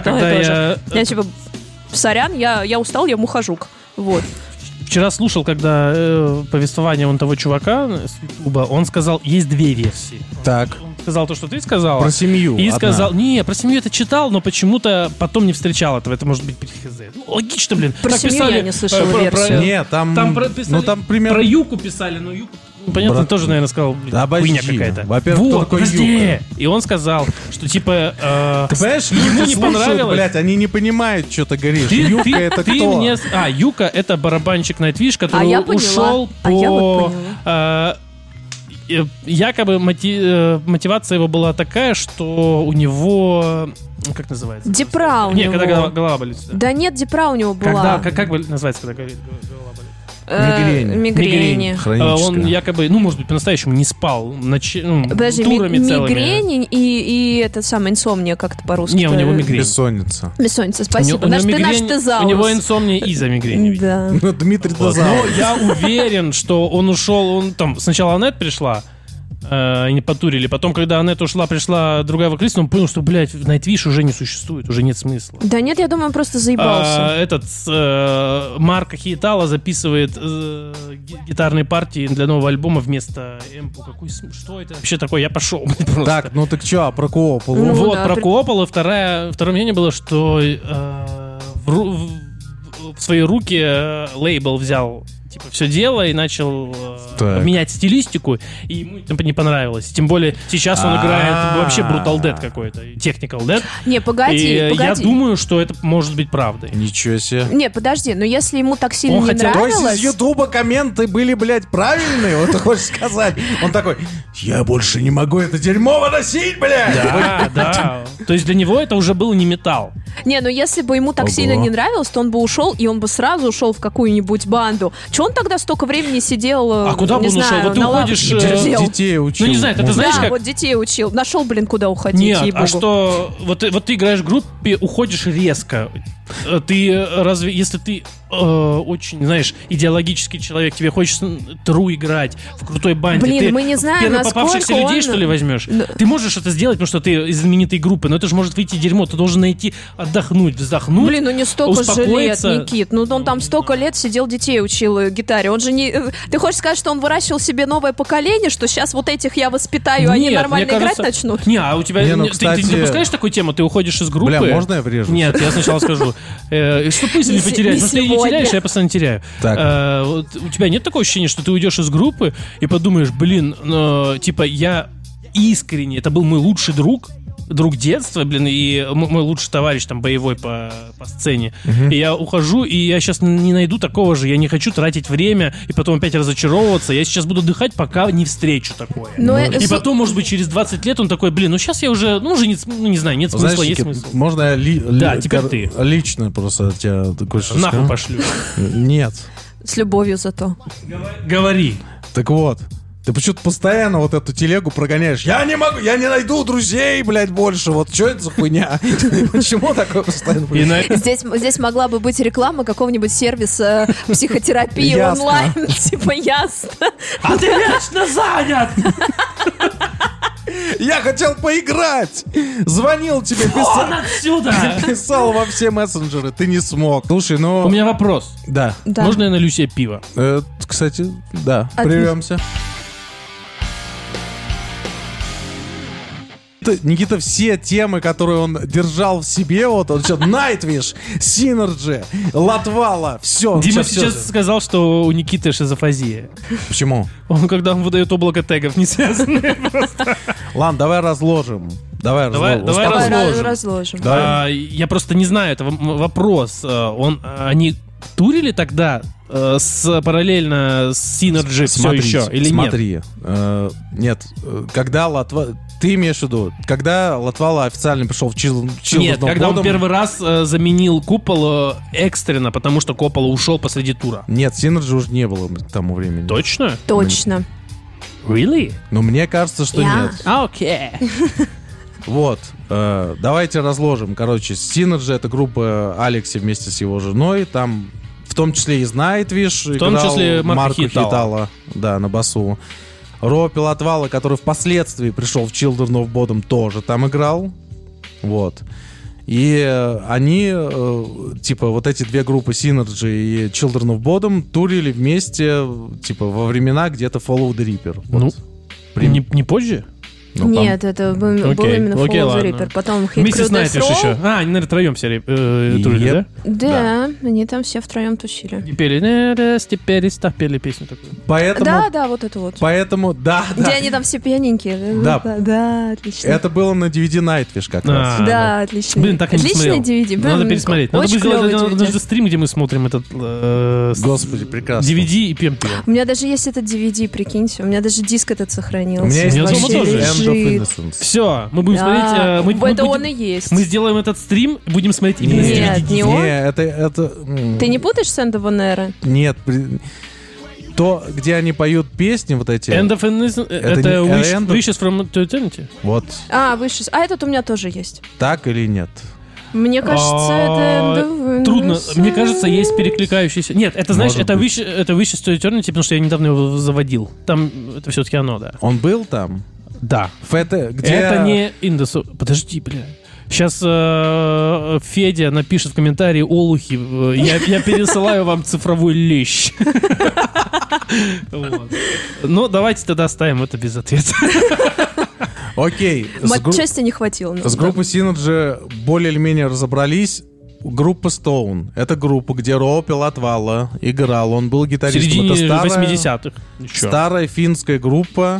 Я типа, сорян, я устал, я мухожук. Вот. Вчера слушал, когда повествование того чувака с Ютуба, он сказал, есть 2 версии. Так. Он сказал то, что ты сказала. Про семью. И сказал, про семью это читал, но почему-то потом не встречал этого. Это может быть при ХЗ. Логично, блин. Про семью я не слышала версию. Нет, там примерно... Про Юку писали, но Юку... понятно, тоже, наверное, сказал, хуйня какая-то. Во-первых, кто такой Юка? И он сказал, что, типа, ты понимаешь, ему не понравилось. Блядь, они не понимают, что ты говоришь. Юка это кто? Юка — это барабанщик Nightwish, который ушел по... Якобы мотивация его была такая, что у него... Как называется? Депра у него. Нет, когда голова болит. Да нет, депра у него была. Как называется, когда голова болит? Мигрень. Он якобы, может быть, по-настоящему не спал Подожди, турами целыми. Мигрень и это самое инсомния, как-то по-русски. Не, у него мигрень. Бессонница, спасибо. Наш тезаурус. У него инсомния из-за мигрени. Да. Дмитрий Тезаурус. Но я уверен, что он ушел, сначала Аннет пришла, они потурили. Потом, когда Аннет ушла, пришла другая вокалистка, он понял, что, блядь, Nightwish уже не существует, уже нет смысла. Да нет, я думаю, он просто заебался. Марк Хиетала записывает гитарные партии для нового альбома вместо эмпу. Что это вообще такое? Я пошел, просто. Так, так что, про Куополу? Про Куополу. Второе мнение было, что в свои руки лейбл взял все дело и начал менять стилистику, и ему это не понравилось. Тем более сейчас он играет вообще Brutal Dead какой-то, Technical Dead. Не, погоди. Я думаю, что это может быть правдой. Ничего себе. Не, подожди, но если ему так сильно не нравилось... То есть из Ютуба комменты были, блядь, правильные? Вот ты хочешь сказать? Он такой, я больше не могу это дерьмо выносить, блядь! Да. То есть для него это уже был не металл. Не, если бы ему так сильно не нравилось, то он бы ушел, и он бы сразу ушел в какую-нибудь банду. Чего он тогда столько времени сидел, а куда бы он ушел? Вот ты уходишь... Детей учил. Не знаю, ты знаешь, как... вот детей учил. Нашел, куда уходить. Нет, что... Вот ты играешь в группе, уходишь резко. Если ты очень, знаешь, идеологический человек, тебе хочется тру играть в крутой банде. Блин, мы не знаем, насколько попавшихся людей, что ли, возьмешь? Ты можешь это сделать, потому что ты из знаменитой группы, но это же может выйти дерьмо. Ты должен найти, отдохнуть, вздохнуть. Блин, не столько же лет, Никит. Он там столько лет сидел, детей учил гитаре. Он же не... Ты хочешь сказать, что он выращивал себе новое поколение, что сейчас вот этих я воспитаю, они нормально играть начнут? Не, а у тебя... Ты не допускаешь такую тему? Ты уходишь из группы... Бля, можно я врежусь? Нет, я сначала скажу. Что мысли не потерять? Потому что ты не теряешь, я постоянно теряю. У тебя нет такого ощущения, что ты уйдешь из группы и подумаешь, я искренне, это был мой лучший друг детства, и мой лучший товарищ там боевой по сцене. И я ухожу, и я сейчас не найду такого же. Я не хочу тратить время и потом опять разочаровываться. Я сейчас буду отдыхать, пока не встречу такое. И потом, может быть, через 20 лет он такой, сейчас я уже, не знаю, нет смысла, есть смысл. Можно я теперь ты. Лично просто тебя кое-что нахуй скажу? пошлю. Нет. С любовью зато. Говори. Так вот. Ты почему-то постоянно вот эту телегу прогоняешь. Я не могу, я не найду друзей, блядь, больше. Вот что это за хуйня? Почему такое постоянно? Здесь могла бы быть реклама какого-нибудь сервиса психотерапии онлайн. Ясно. А ты вечно занят! Я хотел поиграть! Звонил тебе, писал. Вон отсюда! Писал во все мессенджеры, ты не смог. Слушай, У меня вопрос. Да. Можно я налью себе пиво? Кстати, да. Прервемся. Никита, все темы, которые он держал в себе, он сейчас Nightwish, Synergy, Латвала, все. Дима сейчас сказал, что у Никиты шизофазия. Почему? Когда он выдает облако тегов, не связанные просто. Ладно, давай разложим. Давай разложим. Я просто не знаю, это вопрос. Они турили тогда параллельно с Synergy все еще или нет? Смотри, нет, когда ты имеешь в виду, когда Латвала официально пришел в Children Нет, когда он первый раз заменил Купола экстренно, потому что Купола ушел посреди тура. Нет, Synergy уже не было к тому времени. Точно? Точно. Really? Но мне кажется, что нет. Окей. Вот, давайте разложим. Короче, Synergy — это группа Алекси вместе с его женой. Там в том числе и Nightwish, в том числе Марко Хиетала, да, на басу. Ропи Латвала, который впоследствии пришел в Children of Bodom, тоже там играл. Вот. И они, вот эти две группы, Synergy и Children of Bodom, турили вместе, во времена где-то Follow the Reaper. Вот. Не позже? Нет, это был именно Follow the Reaper. Потом Hit Mrs. Nightwish еще. Они, наверное, втроем все трудили, да? Да, они там все втроем тусили. И пели песню такую. Поэтому... Да, вот это вот. Поэтому, да. Где они там все пьяненькие. Да, отлично. Это было на DVD Nightwish как раз. Да, отлично. Блин, так и не смотрел. Отличный DVD. Надо пересмотреть. Надо будет сделать стрим, где мы смотрим этот... Господи, прекрасно. DVD и пьем пиво. У меня даже есть этот DVD, прикиньте. У меня даже диск этот сохранился. У меня есть тоже. End of Innocence. Все, мы будем смотреть... Это он и есть. Мы сделаем этот стрим, будем смотреть именно с DVD. Нет, не он. Это... Ты не путаешь с End of an Era? Нет, то, где они поют песни вот эти... End of Innocence, это Wishes from Eternity? Вот. Wishes. А этот у меня тоже есть. Так или нет? Мне кажется, это End of Innocence. Трудно. Мне кажется, есть перекликающиеся... Нет, это, знаешь, это Wishes to Eternity, потому что я недавно его заводил. Там это все-таки оно, да. Он был там? Да. Где... Это не Индус. Подожди, бля. Сейчас Федя напишет в комментарии олухи. Я пересылаю вам цифровой лещ. Ну, давайте тогда оставим это без ответа. Окей. Матчасти не хватило. С группой Synergy более или менее разобрались. Группа Stone. Это группа, где Рооpe Latvala играл. Он был гитаристом. В середине это 80-х. Старая финская группа.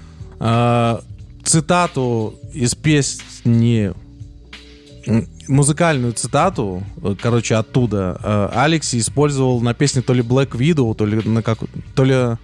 Цитату из песни... Музыкальную цитату, короче, оттуда Алекси использовал на песне то ли Black Widow, то ли...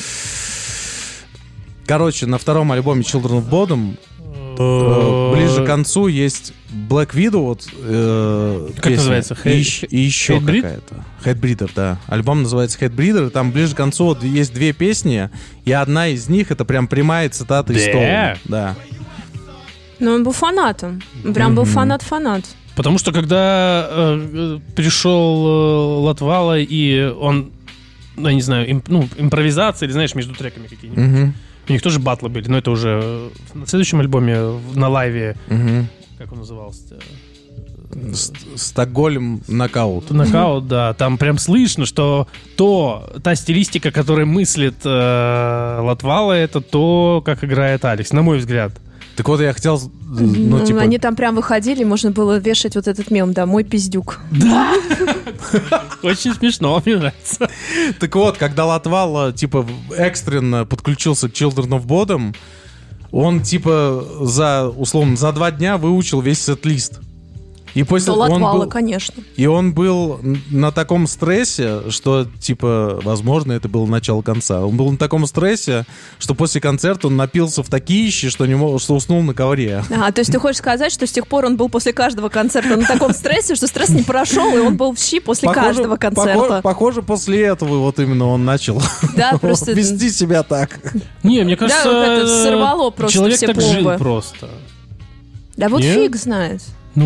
Короче, на втором альбоме Children of Bodom ближе к концу есть Black Widow, вот, как песня, называется? И еще какая-то. Headbreeder, да. Альбом называется Headbreeder, там ближе к концу вот есть две песни, и одна из них это прям прямая цитата из Stone. Да. Но он был фанатом. Прям был фанат-фанат. Потому что когда пришел Латвала, и он, я не знаю, импровизация, или, знаешь, между треками какие-нибудь. У них тоже батлы были, но это уже на следующем альбоме, на лайве, как он назывался? Стокгольм нокаут. Нокаут, да. Там прям слышно, что та стилистика, которой мыслит Латвала, это то, как играет Алекс, на мой взгляд. Так вот, я хотел... Они там прям выходили, можно было вешать вот этот мем, да, мой пиздюк. Да! Очень смешно, мне нравится. Так вот, когда Латвала, экстренно подключился к Children of Bodom, он, за 2 дня выучил весь сет-лист. И после Латвала, конечно. И он был на таком стрессе, что, возможно, это было начало конца. Он был на таком стрессе, что после концерта он напился в такище, что уснул на ковре. То есть ты хочешь сказать, что с тех пор он был после каждого концерта на таком стрессе, что стресс не прошел, и он был в щи после каждого концерта. Похоже, после этого вот именно он начал вести себя так. Не, мне кажется, это сорвало просто человек все так пломбы. жил просто. Да вот фиг знает.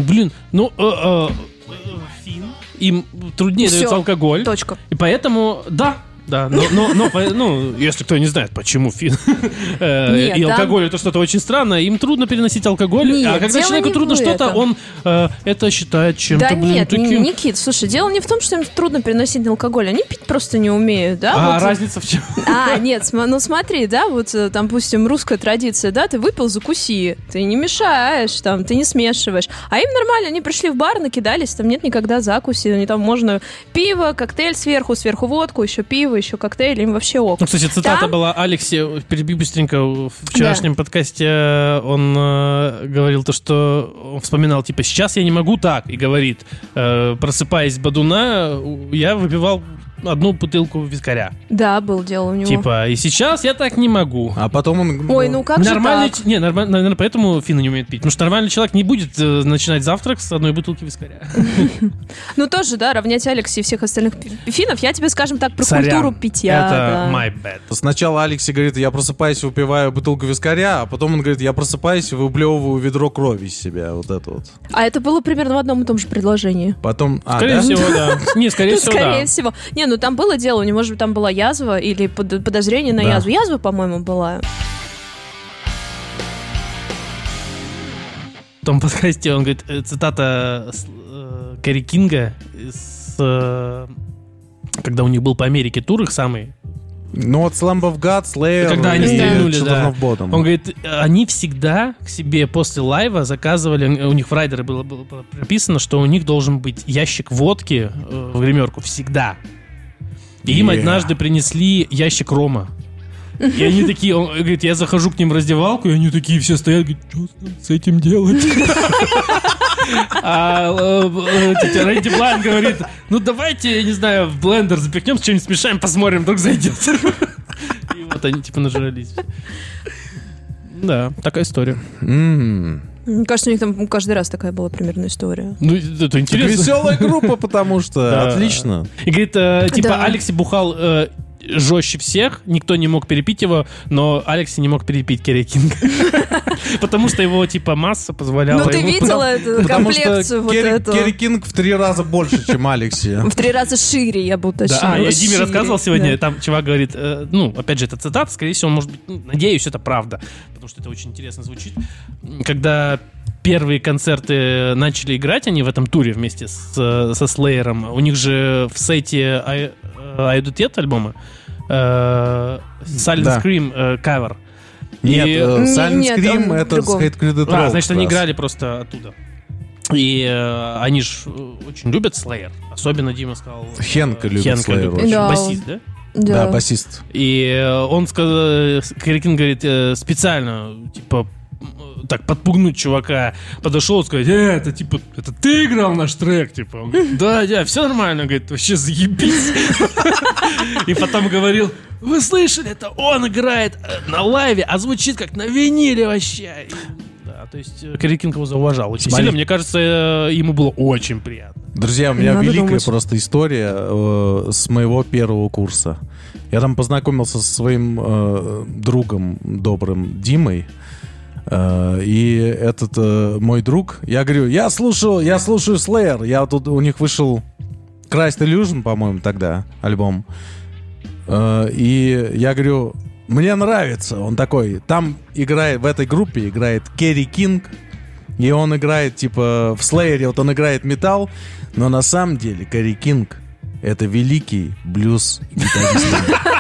Им труднее дается алкоголь. Точка. И поэтому, да, но если кто не знает, почему фин и алкоголь это что-то очень странное, им трудно переносить алкоголь, а когда человеку трудно что-то, он это считает чем-то, таким. Никит, слушай, дело не в том, что им трудно переносить алкоголь, они пить просто не умеют, да? Разница в чем? Нет, смотри, да, вот там, допустим, русская традиция, да, ты выпил, закуси, ты не мешаешь, там, ты не смешиваешь, а им нормально, они пришли в бар, накидались, там нет никогда закуси, они там можно пиво, коктейль сверху водку, еще пиво, еще коктейль, им вообще ок. Кстати, цитата была Алексе, перебью быстренько, в вчерашнем подкасте он говорил то, что он вспоминал, сейчас я не могу так, и говорит, просыпаясь с бодуна, я выпивал 1 бутылку вискаря. Да, был дело у него. И сейчас я так не могу. А потом он... Ой, как же так? Наверное, поэтому финны не умеют пить. Потому что нормальный человек не будет начинать завтрак с 1 бутылки вискаря. Тоже, да, равнять Алексе и всех остальных финнов. Я тебе, скажем так, про культуру питья. Это my bad. Сначала Алекси говорит, я просыпаюсь, выпиваю бутылку вискаря, а потом он говорит, я просыпаюсь и выблевываю ведро крови из себя. Вот это вот. А это было примерно в одном и том же предложении. Потом... Скорее всего, да. Не, скорее всего, да. Скорее всего. Там было дело, у него, может быть, там была язва или подозрение на язву. Язва, по-моему, была. В том подкасте он говорит, цитата Кэрри Кинга, когда у них был по Америке тур, их самый Ну вот Lamb of God, Slayer когда они стрельнули, Children of Bodom. Он говорит, они всегда к себе после лайва заказывали, у них в райдере было прописано, что у них должен быть ящик водки в гримерку всегда. И им однажды принесли ящик рома. И они такие, он говорит, я захожу к ним в раздевалку, и они такие все стоят, говорят, что с этим делать? А тетя Рэнди Блайн говорит, ну давайте, я не знаю, в блендер запихнем, что-нибудь смешаем, посмотрим, вдруг зайдет. И вот они типа нажрались. Да, такая история. Мне кажется, у них там каждый раз такая была примерно история. Ну, это интересно. Веселая группа, потому что отлично. И говорит, типа, Алекси бухал жестче всех, никто не мог перепить его, но Алекси не мог перепить Керри Кинга. Потому что его, типа, масса позволяла. Ну, ты видела эту комплекцию вот эту? Керри Кинг в 3 раза больше, чем Алекси. В 3 раза шире, я бы уточнила. Я Диме рассказывал сегодня, там чувак говорит, ну, опять же, это цитата, скорее всего, может быть, надеюсь, это правда, потому что это очень интересно звучит. Когда первые концерты начали играть, они в этом туре вместе со Слеером, у них же в сете I Do It альбома Silent Scream кавер. Нет, Silent Scream это с Hate Created Roll. Значит, они играли просто оттуда. И они же очень любят Slayer. Особенно Дима сказал... Хенка любит Slayer очень. Басист, да? Да, басист. И он сказал, Керри Кинг говорит, специально, типа, так подпугнуть чувака, подошел и сказать, это типа, это ты играл наш трек, типа. Он говорит, да, все нормально, говорит, вообще заебись. И потом говорил, вы слышали, это он играет на лайве, а звучит как на виниле вообще. Да, то есть Керри Кинг его зауважал очень сильно, мне кажется, ему было очень приятно. Друзья, у меня великая просто история с моего первого курса. Я там познакомился со своим другом добрым Димой. И этот мой друг, я говорю, я слушаю Slayer. Я тут у них вышел Christ Illusion, по-моему, тогда альбом. И я говорю, мне нравится. Он такой, там играет, в этой группе играет Керри Кинг. И он играет, типа, в Slayer, вот он играет металл. Но на самом деле Керри Кинг — это великий блюз-гитарист.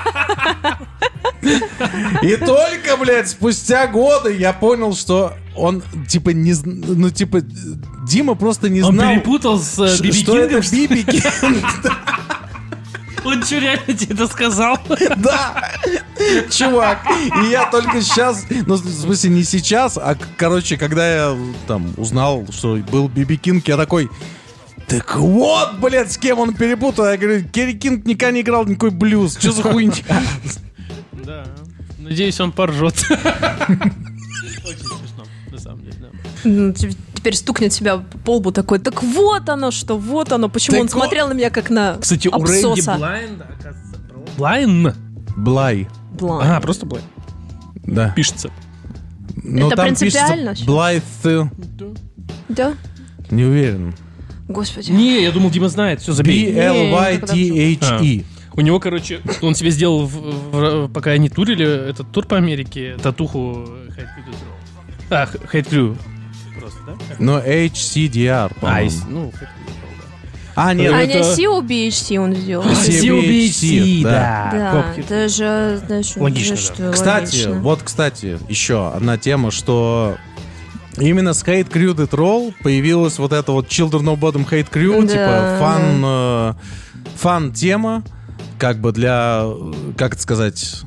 И только, блядь, спустя годы я понял, что он, типа, не... Ну, типа, Дима просто не знал... Он перепутал с Биби Кингом. Что это Биби Кинг? Он что, реально тебе это сказал? Да, чувак. И я только сейчас, ну, в смысле, не сейчас, а, короче, когда я там узнал, что был Биби Кинг, я такой... Так вот, блядь, с кем он перепутал. Я говорю, Керри Кинг никогда не играл никакой блюз. Что за хуйня? Да. Надеюсь, он поржет. Очень смешно, на самом деле, да. Теперь стукнет себя по лбу такой, так вот оно что, вот оно. Почему он смотрел на меня как на абсоса. Кстати, у Рэнди Блайн, оказывается, Блайн? Блай. А, просто Блайн. Да. Пишется. Но это там принципиально? Блайт. Да? Не уверен. Господи. Не, я думал, Дима знает. Все, забей. B-L-Y-T-H-E. У него, короче, он себе сделал, пока они турили, этот тур по Америке, татуху Hate Crew. Просто, да? Но HCDR, по-моему. Ну, нет. А не COBHC он сделал. COBHC, да. Да, даже логично, что Кстати, еще одна тема, что именно с Hate Created Roll появилась вот эта вот Children of Bodom Hate Crew, типа фан-тема, как бы для, как это сказать...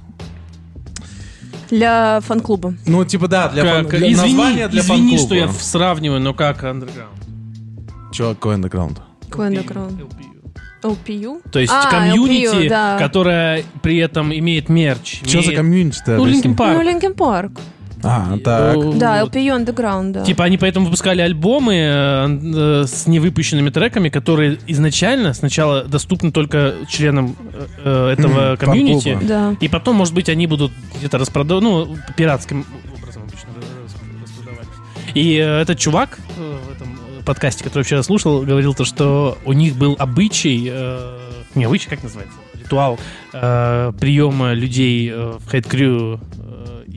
Для фан-клуба. Ну, типа, да, для названия для фан-клуба. Извини, что я сравниваю, но как Underground? Чего, какой Underground? Какой Underground? LPU? То есть комьюнити, которая при этом имеет мерч. Что за комьюнити-то? Ну, Linkin Park. Ну, Linkin Park. Так. Да, LPU Underground, да. Типа они поэтому выпускали альбомы с невыпущенными треками, которые изначально сначала доступны только членам этого комьюнити, да. И потом, может быть, они будут где-то распродавать, ну, пиратским образом обычно распродавались. И этот чувак в этом подкасте, который я вчера слушал, говорил то, что у них был обычай, как называется, ритуал приема людей в Hate Crew, их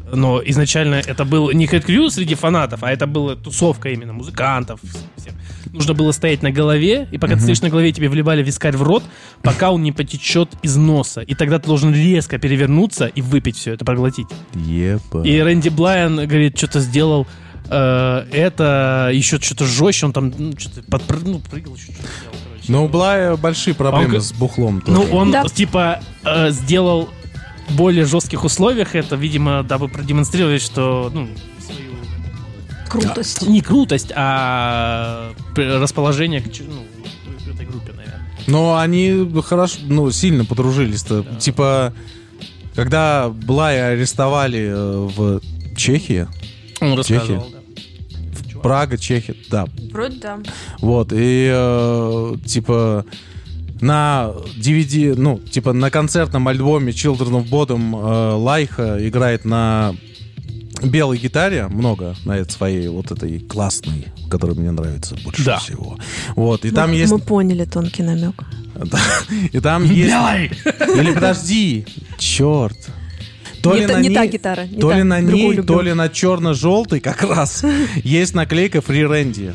Но изначально это был не хэт-крю среди фанатов, а это была тусовка именно музыкантов. Всех. Нужно было стоять на голове, и пока ты стоишь на голове, тебе вливали вискарь в рот, пока он не потечет из носа. И тогда ты должен резко перевернуться и выпить все это, проглотить. И Рэнди Блайан, говорит, что-то сделал это еще что-то жестче, он там что-то прыгал, что-то делал. Но у Блая большие проблемы с бухлом. Тоже. Ну, он, типа, сделал в более жестких условиях это, видимо, дабы продемонстрировать, что, ну, свою... Крутость. Не крутость, а расположение к этой группе, наверное. Но они хорошо, сильно подружились-то. Да. Типа, когда Блая арестовали в Чехии... Он рассказывал, да. Прага, Чехия, да. Вроде да. Вот, и типа на DVD, на концертном альбоме Children of Bodom Лайха играет на белой гитаре много, на своей вот этой классной, которая мне нравится больше всего. Вот, и там есть... Мы поняли тонкий намек. И там есть... Или подожди, черт. То ли та гитара. То ли на ней, то ли на черно-желтой как раз есть наклейка Free Randy.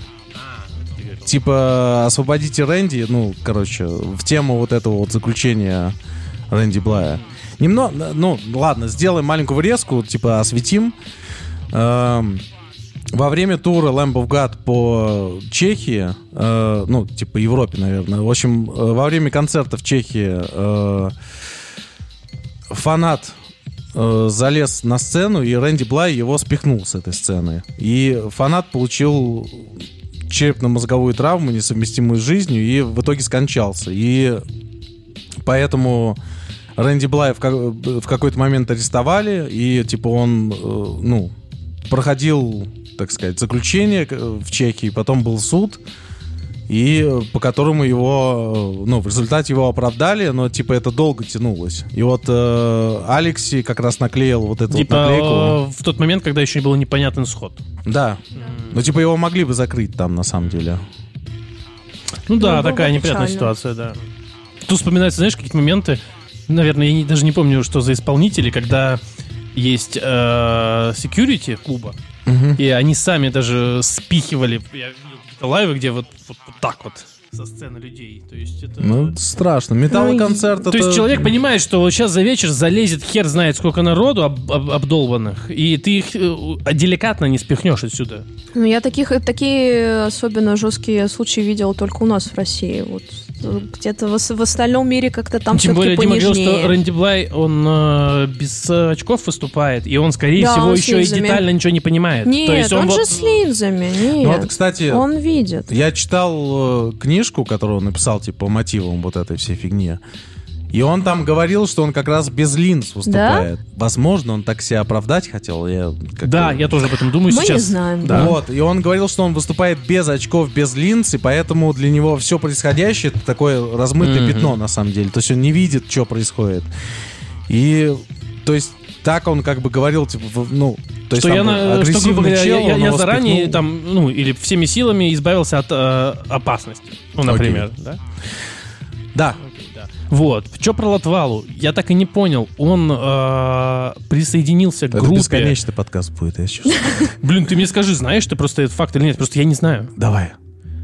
Типа освободите Рэнди, в тему вот этого вот заключения Рэнди Блая. Немного, ладно, сделаем маленькую врезку, типа осветим. Во время тура Lamb of God по Чехии, типа Европе, наверное. В общем, во время концерта в Чехии фанат залез на сцену, и Рэнди Блай его спихнул с этой сцены. И фанат получил черепно-мозговую травму, несовместимую с жизнью, и в итоге скончался. И поэтому Рэнди Блай в какой-то момент арестовали, и типа он проходил, так сказать, заключение в Чехии, потом был суд, и по которому его, в результате его оправдали, но, типа, это долго тянулось. И вот Алекси как раз наклеил вот эту типа, вот наклейку. В тот момент, когда еще не был непонятен исход. Да. Ну, типа, его могли бы закрыть там, на самом деле. Ну да, такая неприятная ситуация, да. Тут вспоминаются, знаешь, какие-то моменты, наверное, я даже не помню, что за исполнители, когда есть security клуба, и они сами даже спихивали... Я видел какие-то лайвы, где вот так вот со сцены людей. То есть это... страшно. Металлоконцерт... То есть человек понимает, что вот сейчас за вечер залезет хер знает сколько народу обдолбанных, и ты их деликатно не спихнешь отсюда. Я такие особенно жесткие случаи видел только у нас в России. Вот где-то в остальном мире как-то там тем все-таки понижнее. Тем более, Дима говорил, что Рэнди Блай, он без очков выступает, и он, скорее всего, еще и детально ничего не понимает. Нет, то есть он же с линзами. Нет, вот, кстати, он видит. Я читал книжку, которую он написал, типа, по мотивам вот этой всей фигни. И он там говорил, что он как раз без линз выступает. Да? Возможно, он так себя оправдать хотел. Я тоже об этом думаю Мы сейчас. Мы не знаем. Да. Вот, и он говорил, что он выступает без очков, без линз, и поэтому для него все происходящее — это такое размытое пятно, на самом деле. То есть он не видит, что происходит. И, то есть, так он как бы говорил, типа, то есть, что, грубо говоря, я заранее там, или всеми силами избавился от опасности. Например, да? Да. Вот. Что про Латвалу? Я так и не понял. Он присоединился к группе... Это бесконечный подкаст будет, я чувствую. Блин, ты мне скажи, знаешь ты просто этот факт или нет? Просто я не знаю. Давай.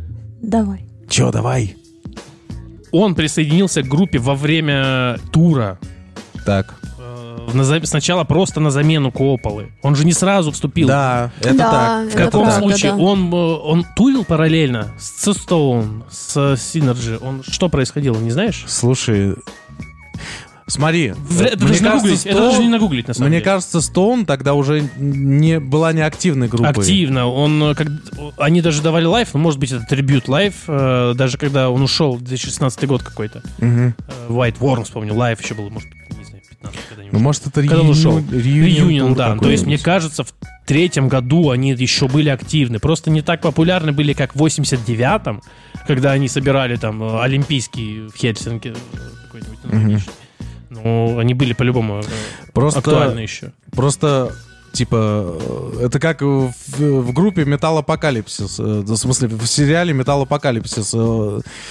Чё, давай? Он присоединился к группе во время тура. Так. Сначала просто на замену Копполы. Он же не сразу вступил. Да, это так. В каком случае? Да. Он турил параллельно с Stone, с Synergy. Это происходило, не знаешь? Слушай, смотри. Это даже не нагуглить, на самом деле. Мне кажется, Stone тогда уже была не активной группой. Активно. Они даже давали лайв, может быть, это трибют лайв, даже когда он ушел, 2016 год какой-то. White Worm, вспомню, лайв еще был, может, не знаю, 15 когда-нибудь. Может, это реюнион, да. То есть, мне кажется, в 3-м году они еще были активны. Просто не так популярны были, как в 89-м, когда они собирали там олимпийский в Хельсинки какой-нибудь. Ну, они были по-любому актуальны еще. Просто, типа, это как в группе Металлопокалипсис. В смысле, в сериале Металлопокалипсис.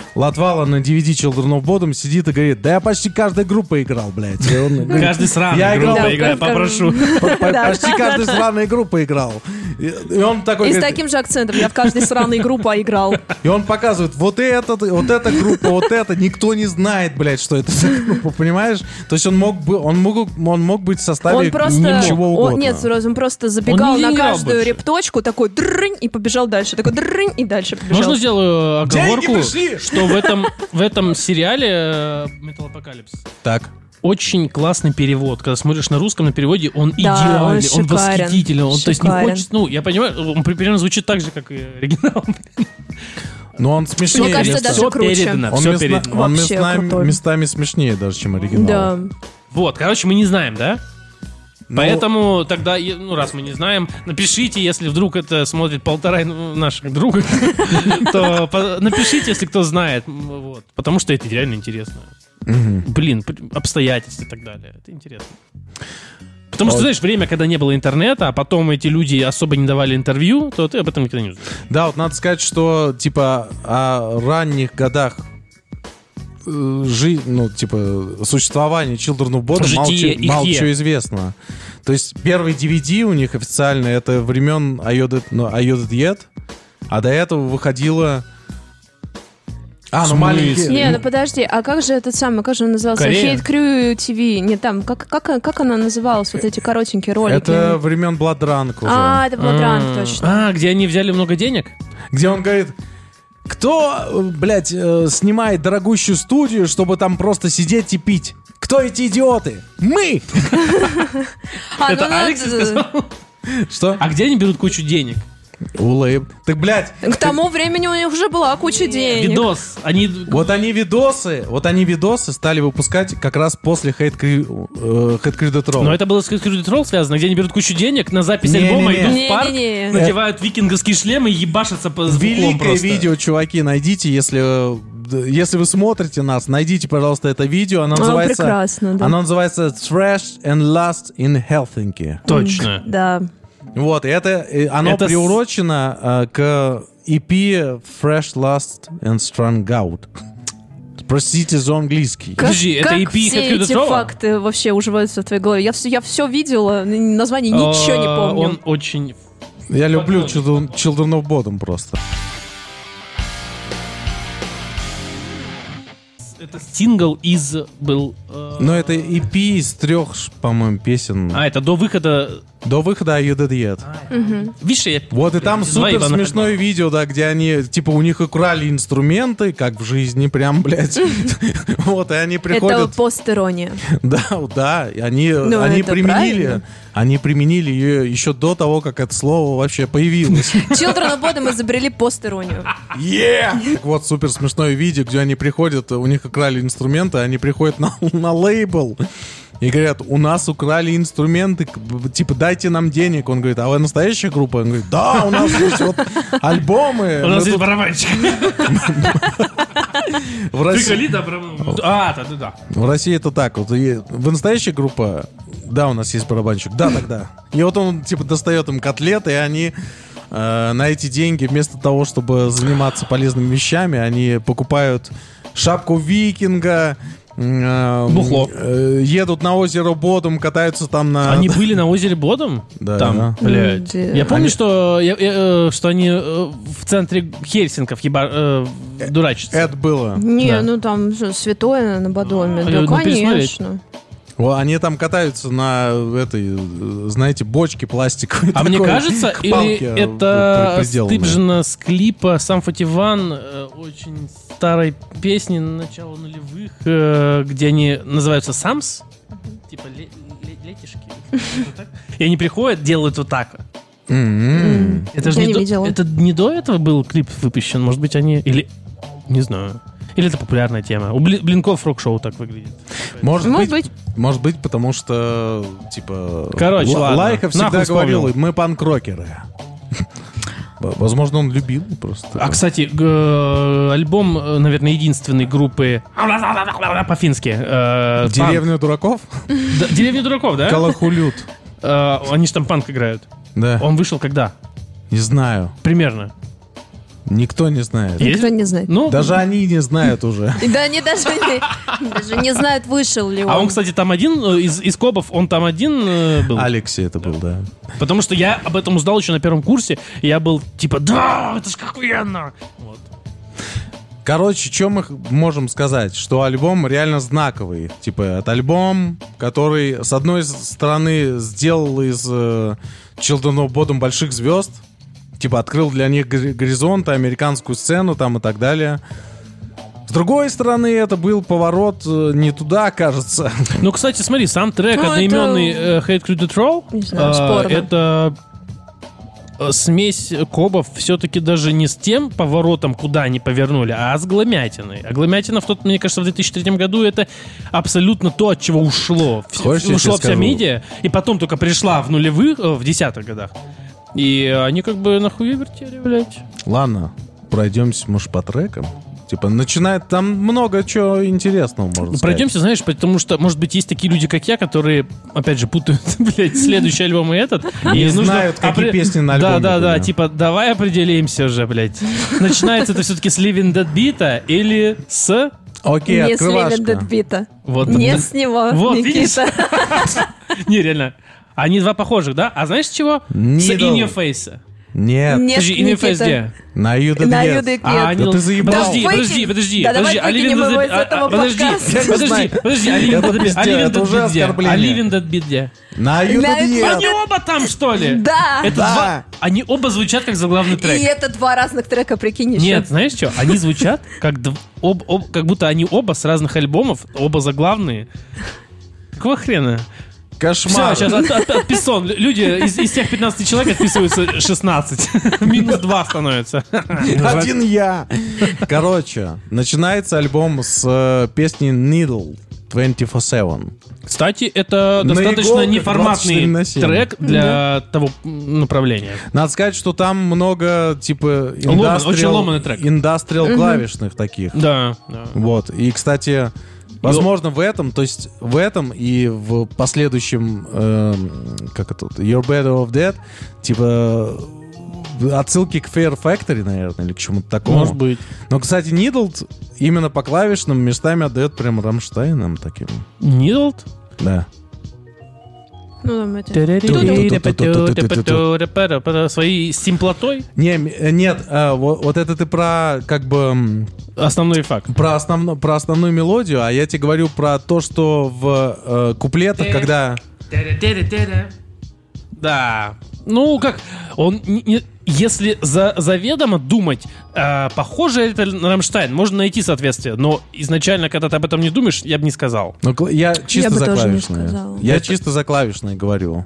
Латвала на DVD Children of Bodom сидит и говорит, да я почти каждой группой играл, блядь. Каждый сраный группой играл, попрошу. Почти каждой сраной группой играл. И он такой... И с таким же акцентом, я в каждой сраной группе играл. И он показывает, вот эта группа, вот эта, никто не знает, блядь, что это за группа, понимаешь? То есть он мог быть в составе чего угодно. Нет, он просто забегал на каждую репточку, такой дрынь, и побежал дальше. Такой дрынь, и дальше побежал. Можно сделаю оговорку, что в этом сериале Металлопокалипсис так очень классный перевод. Когда смотришь на русском, на переводе, он идеальный, он восхитительный. Он, то есть не хочет, я понимаю, он примерно звучит так же, как и оригинал. Но он смешнее. Мне кажется, даже круче. Он местами смешнее даже, чем оригинал. Да. Вот, короче, мы не знаем, да? Поэтому тогда, раз мы не знаем, напишите, если вдруг это смотрит полтора наших друга, то напишите, если кто знает. Вот. Потому что это реально интересно. Блин, обстоятельства и так далее. Это интересно. Потому что, знаешь, время, когда не было интернета, а потом эти люди особо не давали интервью, то ты об этом никогда не узнаешь. Да, вот надо сказать, что, типа, о ранних годах существования Children of Bodom мало чего известно. То есть первый DVD у них официально это времен Are You Dead Yet? А до этого выходила... маленький... Не, подожди, а как же этот самый, как же он назывался? Hate Crew TV. Не, там, как она называлась, вот эти коротенькие ролики? Это времен Blood Drunk уже. Это Blood Drunk, точно. Где они взяли много денег? Где он говорит... Кто, блядь, снимает дорогущую студию, чтобы там просто сидеть и пить? Кто эти идиоты? Мы! Это Алекс сказал? Что? А где они берут кучу денег? Так, блядь... К тому времени у них уже была куча денег. Видос. Вот они видосы стали выпускать как раз после Hate Crew Death Roll. Но это было с Hate Crew Death Roll связано, где они берут кучу денег, на запись альбома идут в парк, надевают викинговские шлемы и ебашатся по звукам великое просто. Видео, чуваки, найдите, если вы смотрите нас, найдите, пожалуйста, это видео. Оно называется... прекрасно, да. Оно называется Trash and Lust in Helsinki. Точно. Да. Вот, оно приурочено к EP Fresh Lust and Strung Out. Простите за английский. Подожди, это EP все эти факты вообще уживаются в твоей голове? Я все видела, название ничего не помню. Он очень... Я люблю Children of Bodom просто. Это сингл был... Но это EP из 3, по-моему, песен. Это до выхода... До выхода Are You Dead Yet? Видишь, вот и там супер смешное видео, да, где они, типа, у них украли инструменты, как в жизни, прям, блядь. Вот, и они приходят... Это постерония. Да, и они применили ее еще до того, как это слово вообще появилось. Children of Bodom изобрели постеронию. Так вот, супер смешное видео, где они приходят, у них украли инструменты, они приходят на лейбл. И говорят, у нас украли инструменты, типа, дайте нам денег. Он говорит, а вы настоящая группа? Он говорит, да, у нас есть вот альбомы. У нас есть барабанщик. В России... да. В России это так. Вот вы настоящая группа? Да, у нас есть барабанщик. Да, тогда. И вот он, типа, достает им котлеты, и они... на эти деньги, вместо того, чтобы заниматься полезными вещами, они покупают шапку викинга, бухло. Едут на озеро Бодом, катаются там на... Они были на озере Бодом? Да. Там, блядь. Я помню, что они в центре Хельсинков дурачатся. Это было. Не, там святое на Бодоме. Да, конечно. Они там катаются на этой, знаете, бочке пластиковой. А мне кажется, или это стыпжено с клипа Sum 41 очень старой песни начала нулевых, где они называются Sums, типа летишки. И они приходят, делают вот так. Это же не до этого был клип выпущен, может быть, они... Или... Не знаю. Или это популярная тема? У Блинков рок-шоу так выглядит. Может быть. Может быть, потому что, типа... Короче, ладно. Лайка всегда говорил, мы панк-рокеры. Возможно, он любил просто. А, кстати, альбом, наверное, единственной группы по-фински. «Деревня дураков»? «Деревня дураков», да? «Калахулют». Они же там панк играют. Да. Он вышел когда? Не знаю. Примерно. Никто не знает. Никто не знает. Ну, даже они не знают уже. Да, они даже не знают, вышел ли он. А он, кстати, там один, из кобов, он там один был? Алексей это был, да. Потому что я об этом узнал еще на первом курсе, и я был типа, да, это ж охуенно. Вот. Короче, что мы можем сказать? Что альбом реально знаковый. Типа, это альбом, который, с одной стороны, сделал из Children of Bodom больших звезд, типа, открыл для них горизонты, американскую сцену там и так далее. С другой стороны, это был поворот не туда, кажется. Ну, кстати, смотри, сам трек одноименный Hate Crew the Troll, не знаю, спорно. Это смесь кобов все-таки даже не с тем поворотом, куда они повернули, а с гломятиной. А гломятина, мне кажется, в 2003 году это абсолютно то, от чего ушло. Ушла вся медиа, и потом только пришла в нулевых, в 10-х годах. И они как бы нахуя вертели, блядь. Ладно, пройдемся, может, по трекам. Типа, начинает там много чего интересного, можно сказать. Пройдемся, знаешь, потому что, может быть, есть такие люди, как я, которые, опять же, путают, блядь, следующий альбом и этот. Не знают, какие песни на альбоме. Да, типа, давай определимся уже, блядь. Начинается это все-таки с Living Dead Beat или с... Окей, не открывашка. с Living Dead Beat. Вот, не с него, вот, Никита. Не, реально. Они два похожих, да? А знаешь с чего? С In Your Face. Нет. Подожди, In Your Face где? На You That Get. Да ты заебал. Подожди. Да, давай выкинем его из этого подкаста. Подожди. А Living That Beat где? На You That Get. Они оба там, что ли? Да. Они оба звучат как заглавный трек. И это два разных трека, прикинь, еще. Нет, знаешь что? Они звучат как будто они оба с разных альбомов, оба заглавные. Какого хрена? Кошмар. Все, сейчас отписон. Люди из тех 15 человек отписываются 16. Минус 2 становится. Один я. Короче, начинается альбом с песни Needle 24/7. Кстати, это достаточно неформатный трек для того направления. Надо сказать, что там много, типа, очень ломаный трек. Индастриал клавишных таких. Да. Вот. И, кстати... Возможно, в этом и в последующем, You're Better Off Dead, типа, отсылки к Fear Factory, наверное, или к чему-то такому. Может быть. Но, кстати, Needled именно по клавишным местами отдает прям Рамштайном таким. Needled? Да. Ну, своей симплотой? Нет, вот это ты про, как бы... Основной факт. Про основную мелодию, а я тебе говорю про то, что в куплетах, когда... Да. Ну, как... Он... Если заведомо думать, похоже это на Рамштайн, можно найти соответствие. Но изначально, когда ты об этом не думаешь, я бы не сказал. Ну, я чисто за клавишное. Я это... чисто за клавишное говорю.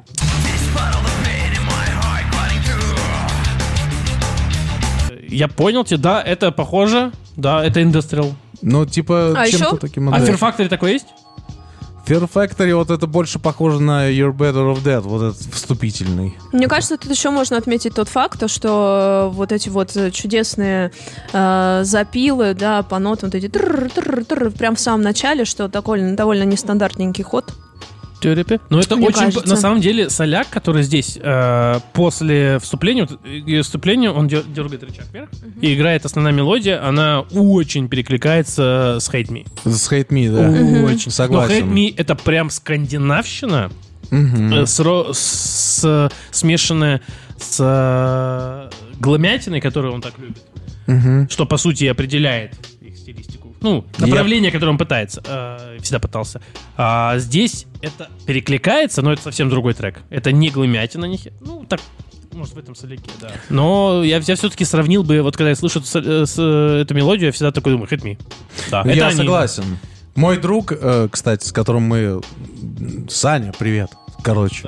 Я понял тебя, да, это похоже. Да, это индастриал. Ну, типа, чем-то таким... А Fear Factory такой есть? Fear Factory, вот это больше похоже на You're Better Off Dead, вот этот вступительный. Мне кажется, тут еще можно отметить тот факт, что вот эти вот чудесные запилы, да, по нотам, вот эти прям в самом начале, что довольно нестандартненький ход. Но это мне очень, кажется. На самом деле, Соляк, который здесь после вступления, он дергает рычаг вверх и играет основная мелодия, она очень перекликается с Hate Me. С Hate Me, да. Очень. Согласен. Но Hate Me — это прям скандинавщина, смешанная с гломятиной, которую он так любит, что, по сути, определяет их стилистику. Ну, направление, которое он пытается, всегда пытался. А здесь это перекликается, но это совсем другой трек. Это не гломятина, ну, так, может, в этом соляке, да. Но я все-таки сравнил бы, вот когда я слышу эту мелодию, я всегда такой думаю, Hate Me. Да, я согласен. Мой друг, кстати, с которым мы... Саня, привет. Короче.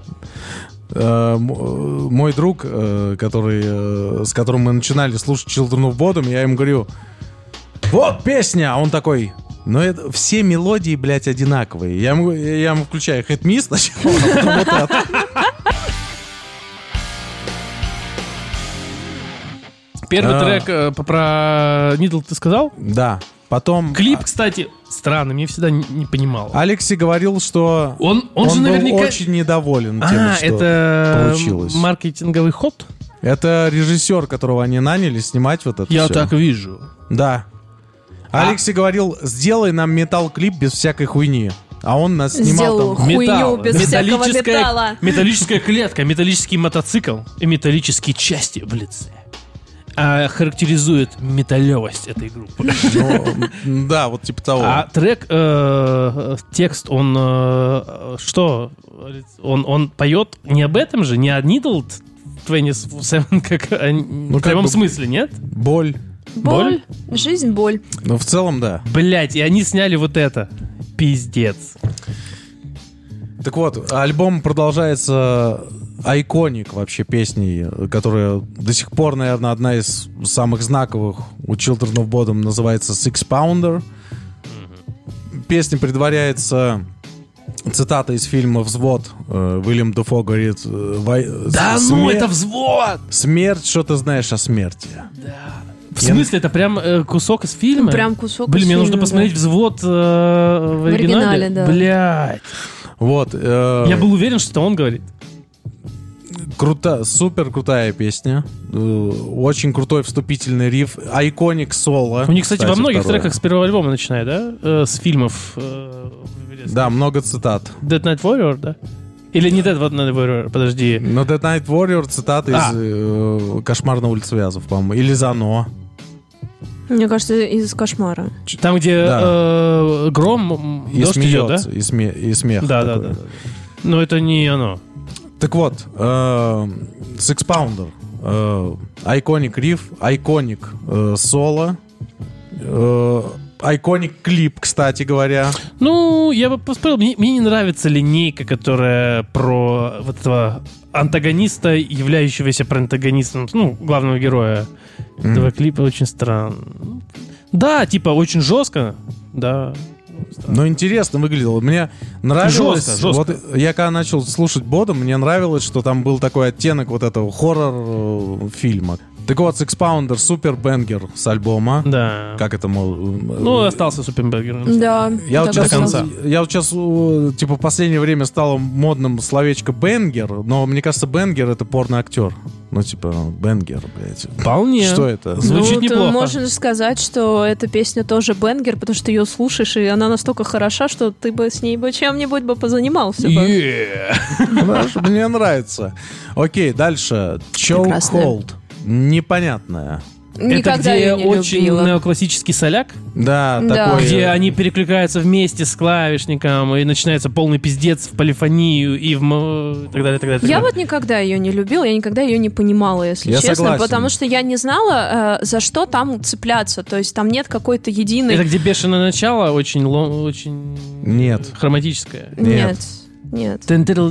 Мой друг, с которым мы начинали слушать Children of Bodom, я ему говорю, вот песня, а он такой, но это все мелодии, блядь, одинаковые. Я ему включаю Hate Me сначала, а потом вот это. Первый трек про Needle ты сказал? Да. Потом... Клип, кстати, странный, мне всегда не понимал. Алекси говорил, что он же был наверняка... очень недоволен тем, что это получилось. Маркетинговый ход? Это режиссер, которого они наняли снимать вот это Я все. так вижу. Да. Алекси говорил, сделай нам металл-клип без всякой хуйни. А он нас снимал Сделал там... хуйню без всякого металла. Металлическая клетка, металлический мотоцикл и металлические части в лице. Характеризует металлевость этой группы. Ну, да, вот типа того. А трек, текст, он что? Он поет не об этом же, не о Needle 27, как в прямом смысле, нет? Боль. Боль? Жизнь, боль. Ну, в целом, да. Блять, и они сняли вот это. Пиздец. Так вот, альбом продолжается айконик вообще песней, которая до сих пор, наверное, одна из самых знаковых у Children of Bodom, называется Six Pounder. Песня предваряется цитата из фильма «Взвод». Уильям Дефо говорит... это «Взвод»! Смерть, что ты знаешь о смерти? Да. В смысле, это прям кусок из фильма? Прям кусок из фильма. Блин, мне фильма, нужно посмотреть «Взвод» в оригинале. Да. Блядь. Вот. Я был уверен, что это он говорит. Супер крутая песня. Очень крутой вступительный риф. Айконик соло. У них, кстати, во многих треках с первого альбома начинает, да? С фильмов. Да, много цитат. Dead Night Warrior, да? Или не Dead Night Warrior, подожди. Но Dead Night Warrior цитаты из «Кошмар на улице Вязов», по-моему. Или «Зано». Мне кажется, из «Кошмара». Там, где гром, и дождь смеется, идет, да? И смех. Да. Но это не оно. Так вот, Six Pounder, айконик риф, айконик соло, айконик клип, кстати говоря. Ну, я бы поспорил, мне не нравится линейка, которая про вот этого антагониста, являющегося проантагонистом, ну, главного героя этого клипа. Очень странно. Да, типа, очень жестко, да. Но интересно выглядело. Мне нравилось... Жестко. Вот я когда начал слушать Бодом, мне нравилось, что там был такой оттенок вот этого хоррор-фильма. Так вот, Six Pounder, супер бенгер с альбома. Да. Как это, мол... Ну, остался супер бенгером. Да. Я вот до конца. Я вот сейчас, типа, в последнее время стало модным словечко бенгер, но мне кажется, бенгер — это порно-актер. Ну, типа, бенгер, блядь. Вполне. Что это? Звучит неплохо. Можно сказать, что эта песня тоже бенгер, потому что ты ее слушаешь, и она настолько хороша, что ты бы с ней бы чем-нибудь бы позанимался бы. Мне нравится. Окей, дальше. Chokehold. Непонятная. Никогда это я где не очень любила. неоклассический соляк, Да, Да. такой... где они перекликаются вместе с клавишником, и начинается полный пиздец в полифонию и в... так далее, так далее. Я вот никогда ее не любила, я никогда ее не понимала, если Я честно, согласен. потому что я не знала, за что там цепляться. То есть там нет какой-то единой... Это где бешеное начало, очень Нет. хроматическое. Нет. Нет.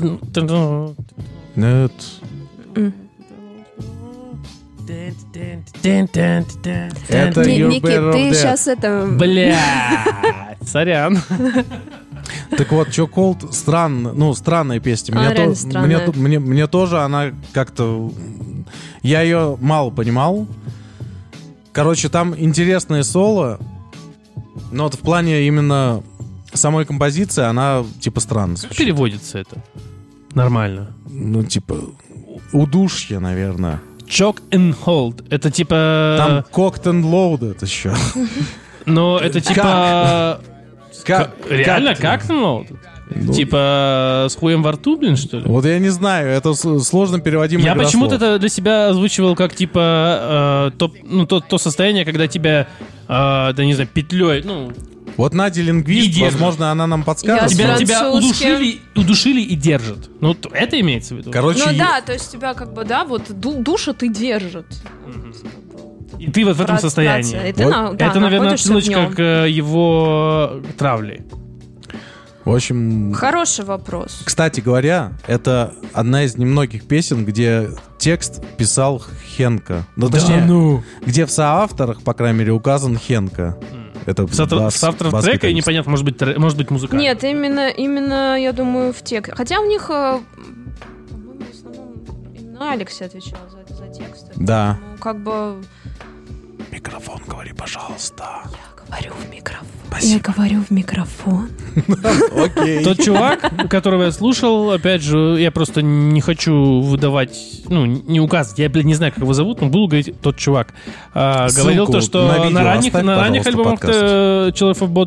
Это Ники, You're Better ты Off Dead. сейчас это... Бля, сорян. Так вот, Chokehold странная песня. Она реально странная. Мне тоже она как-то... Я ее мало понимал. Короче, там интересное соло, но вот в плане именно самой композиции она типа странно Как звучит. переводится это? Нормально. Ну, типа, удушье, наверное. Choke and hold. Это типа... Там cocked and loaded еще. Но это типа... Реально как and loaded? Ну, Типа с хуем во рту, блин, что ли? Вот я не знаю, это сложно переводимое Я игра почему-то слов. это для себя озвучивал как типа то состояние, когда тебя, да не знаю, петлей, ну... Вот Надя лингвист, И держит. возможно, она нам подскажет. Я Тебя французский. удушили и держат. Ну, это имеется в виду. Короче, Ну да, то есть тебя как бы, да, вот душат и держат. И ты вот в этом состоянии. И ты, Вот. да, Это, наверное, находишься в отсылочка нем. к его травле. в общем... Хороший вопрос. Кстати говоря, это одна из немногих песен, где текст писал Хенка. Ну, точнее, где в соавторах, по крайней мере, указан Хенка. Это С автором трека, и непонятно, может быть музыкант. Нет, именно, я думаю, в тексте. Хотя у них, по-моему, в основном именно Алекс отвечал за тексты. Да. Ну, как бы... микрофон говори, пожалуйста. Я говорю в микрофон. Спасибо. Я говорю в микрофон. Окей. Тот чувак, которого я слушал, опять же, я просто не хочу выдавать, не указывать, я, не знаю, как его зовут, но буду говорить тот чувак. Говорил то, что на ранних альбомах Children of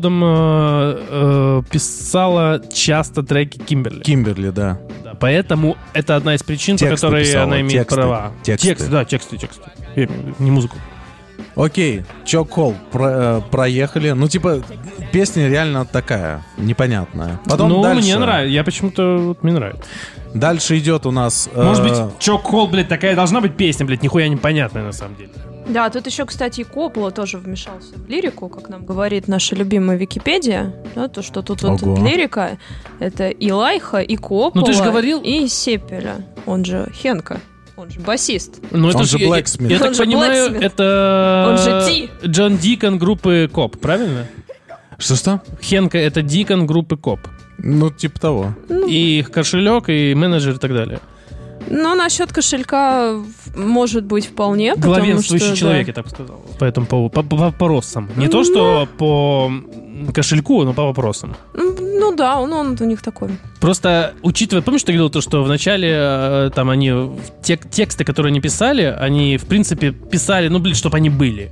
Bodom писала часто треки Кимберли. Кимберли, да. Поэтому это одна из причин, по которой она имеет права. Тексты. Не музыку. Окей, Chokehold проехали. Песня реально такая, непонятная. Потом дальше... мне нравится. Я почему-то... мне нравится. Дальше идет у нас... Может быть, Chokehold, блядь, такая должна быть песня, блядь, нихуя непонятная на самом деле. Да, тут еще, кстати, и Коппола тоже вмешался в лирику, как нам говорит наша любимая Википедия. Да, то, что тут вот лирика, это и Лайха, и Коппола, ты же говорил... и Сеппеля, он же Хенка. Он же басист. Он же Блэксмит. Я так понимаю, это... Он же Ди. Джон Дикон группы Коп, правильно? Что? Хенка — это Дикон группы Коп. Типа того. И их кошелек, и менеджер, и так далее. Насчет кошелька может быть вполне. Главенствующий человек, я так сказал. По этому поводу. По вопросам. Не то, что по кошельку, но по вопросам. Да, он у них такой. Просто, учитывая, помнишь, ты говорил то, что вначале там они тексты, которые они писали, они, в принципе, писали, чтобы они были.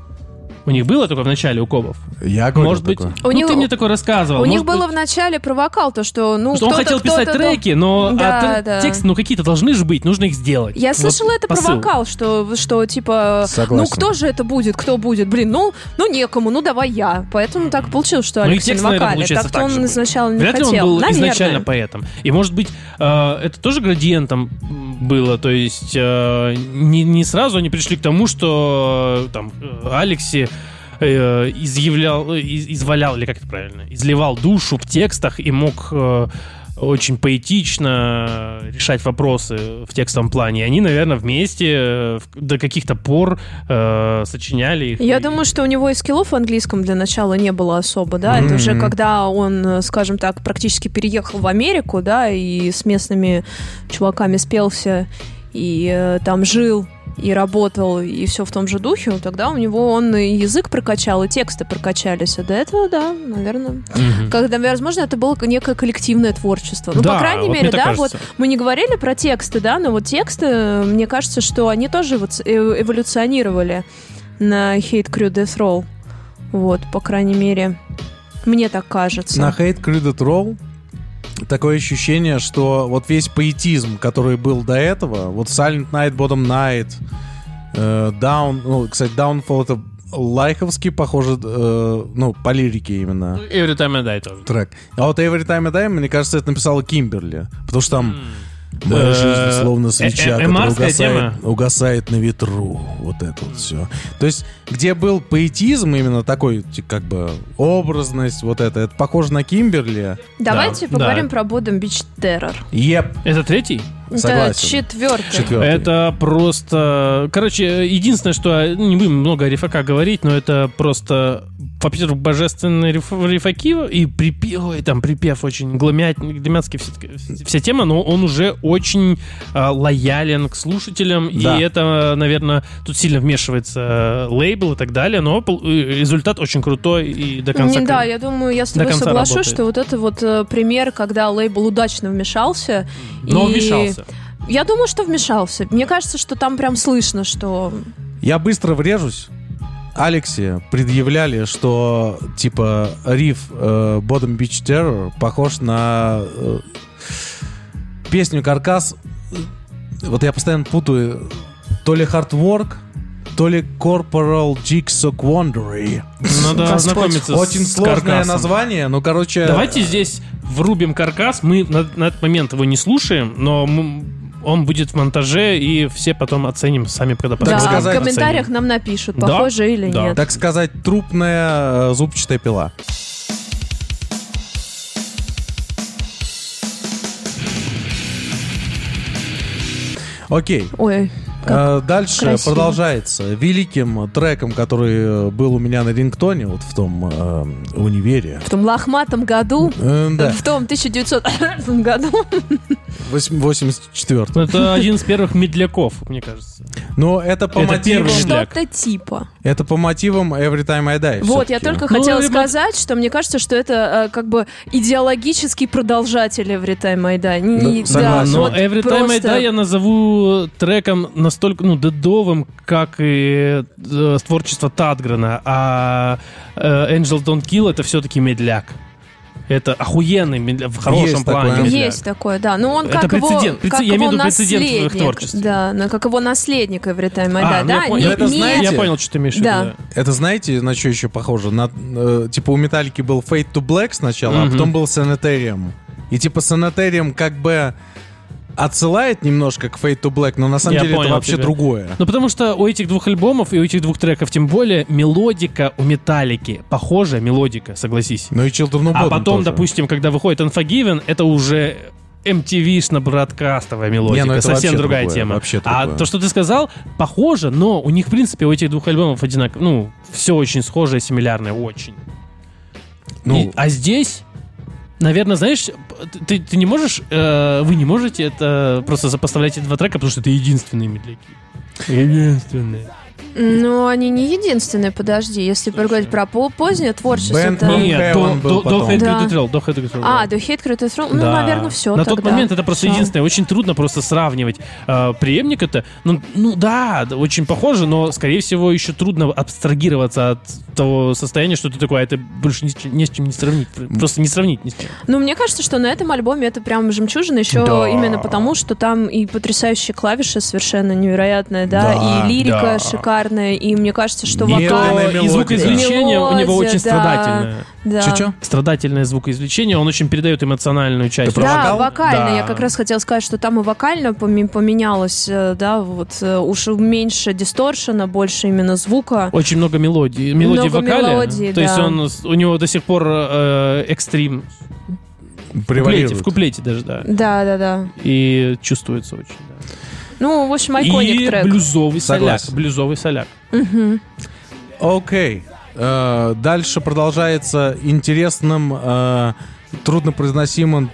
У них было такое в начале у Кобов? Я говорю может быть, такое. ты мне такое рассказывал. У них было в начале про вокал, то, что... что он хотел писать треки, но тексты, какие-то должны же быть, нужно их сделать. Я слышала это про вокал, что типа... Согласен. Кто же это будет, кто будет? Блин, некому, давай я. Поэтому так получилось, что Алекс на вокале. Так-то он изначально не хотел. Вряд ли он был изначально поэтом. И может быть, это тоже градиентом было, то есть не сразу они пришли к тому, что там Алекси изливал, или как это правильно, изливал душу в текстах и мог очень поэтично решать вопросы в текстовом плане. И они, наверное, вместе до каких-то пор сочиняли их. Я думаю, что у него и скиллов в английском для начала не было особо, да. Это уже когда он, скажем так, практически переехал в Америку, да, и с местными чуваками спелся, и там жил, и работал, и все в том же духе, тогда у него он и язык прокачал, и тексты прокачались. А до этого, да, наверное. Когда, возможно, это было некое коллективное творчество. По крайней мере, да, кажется. Мы не говорили про тексты, да, но тексты, мне кажется, что они тоже эволюционировали на Hate Crew Death Roll. По крайней мере, мне так кажется. На Hate Crew Death Roll такое ощущение, что весь поэтизм, который был до этого, Silent Night, Bottom Night, кстати, Downfall — это лайховский, похоже, по лирике именно. Every Time I Die тоже. Трек. А Every Time I Die, мне кажется, это написала Кимберли, потому что там моя жизнь словно свеча, которая угасает на ветру. Вот это все. То есть, где был поэтизм, именно такой, образность, это похоже на Кимберли. Давайте поговорим про Bottom Beach Terror. Это третий? Это четвертый. Это просто... единственное, что... Не будем много о рифаках говорить, но это просто... Во-первых, божественные рифаки и припев очень гломяцкий, вся тема, но он уже очень лоялен к слушателям, да. И это, наверное, тут сильно вмешивается лейбл и так далее, но результат очень крутой и до конца. Да, я думаю, я с тобой соглашусь, что это пример, когда лейбл удачно вмешался. Но вмешался. Я думаю, что вмешался. Мне кажется, что там прям слышно, что... Я быстро врежусь. Алексе предъявляли, что риф Bottom Beach Terror похож на песню «Каркас». Я постоянно путаю, то ли Hard Work, то ли Corporal Jigsaw Quandary. Надо ознакомиться очень с сложное «Каркасом». название, Давайте здесь врубим «Каркас». Мы на этот момент его не слушаем, но он будет в монтаже, и все потом оценим сами, когда посмотрим. Да, в комментариях нам напишут, похоже или нет. Так сказать, трупная зубчатая пила. Окей. Ой. Дальше красиво. Продолжается великим треком, который был у меня на рингтоне в том универе. В том лохматом году, да. в том 1900 году. 84-м. Это один из первых медляков, мне кажется. Но это по мотивам... Что-то типа. Это по мотивам Every Time I Die. Вот, я только хотела сказать, что мне кажется, что это как бы идеологический продолжатель Every Time I Die. Но Every Time I Die я назову треком настолько, дедовым, как и творчество Тадгрена, а Angels Don't Kill — это все-таки медляк. Это охуенный, в хорошем плане. Есть такое, да. Но он это как прецедент. Как я имею в виду наследник, прецедент в их творчестве. Да, как его наследник Every Time I Die. Я понял, что ты имеешь в виду. Это знаете, на что еще похоже? Типа у Металлики был Fade to Black сначала, а потом был Sanitarium. И типа Sanitarium как бы отсылает немножко к Fade to Black, но на самом деле это вообще другое. Ну, потому что у этих двух альбомов и у этих двух треков, тем более, мелодика у Металлики похожая мелодика, согласись. Ну и Children of Bodom А потом, тоже. допустим, когда выходит Unforgiven, это уже MTV-шно-бродкастовая мелодика, совсем другая тема. Вообще а то, что ты сказал, похоже, но у них, в принципе, у этих двух альбомов одинаково, все очень схожее, симилярное, очень. А здесь... Наверное, знаешь, ты не можешь, вы не можете это просто сопоставлять эти два трека, потому что это единственные медляки. Единственные. Ну, они не единственные, подожди. Если поговорить про позднее творчество... Нет, до Hate Created Thrill. А, до Hate Created Thrill. Ну, наверное, все на тот момент это просто единственное. Очень трудно просто сравнивать. Преемник это, да, очень похоже, но, скорее всего, еще трудно абстрагироваться от того состояния, что ты такой, а это больше не с чем не сравнить. Просто не сравнить ни с чем. Ну, мне кажется, что на этом альбоме это прям жемчужина еще именно потому, что там и потрясающие клавиши совершенно невероятные, да, и лирика шикарная. И мне кажется, что вокал... И звукоизвлечение у него очень страдательное. Да. Чё? Страдательное звукоизвлечение, он очень передает эмоциональную часть. Да, вокально. Да. Я как раз хотела сказать, что там и вокально поменялось, да, вот уж меньше дисторшена, больше именно звука. Очень много мелодий. Мелодий в вокале. Мелодий, то есть у него до сих пор экстрим. В куплете даже, да. Да. И чувствуется очень, да. Ну, в общем, айконик трек. И блюзовый соляк. Угу. Окей. Дальше продолжается интересным, труднопроизносимым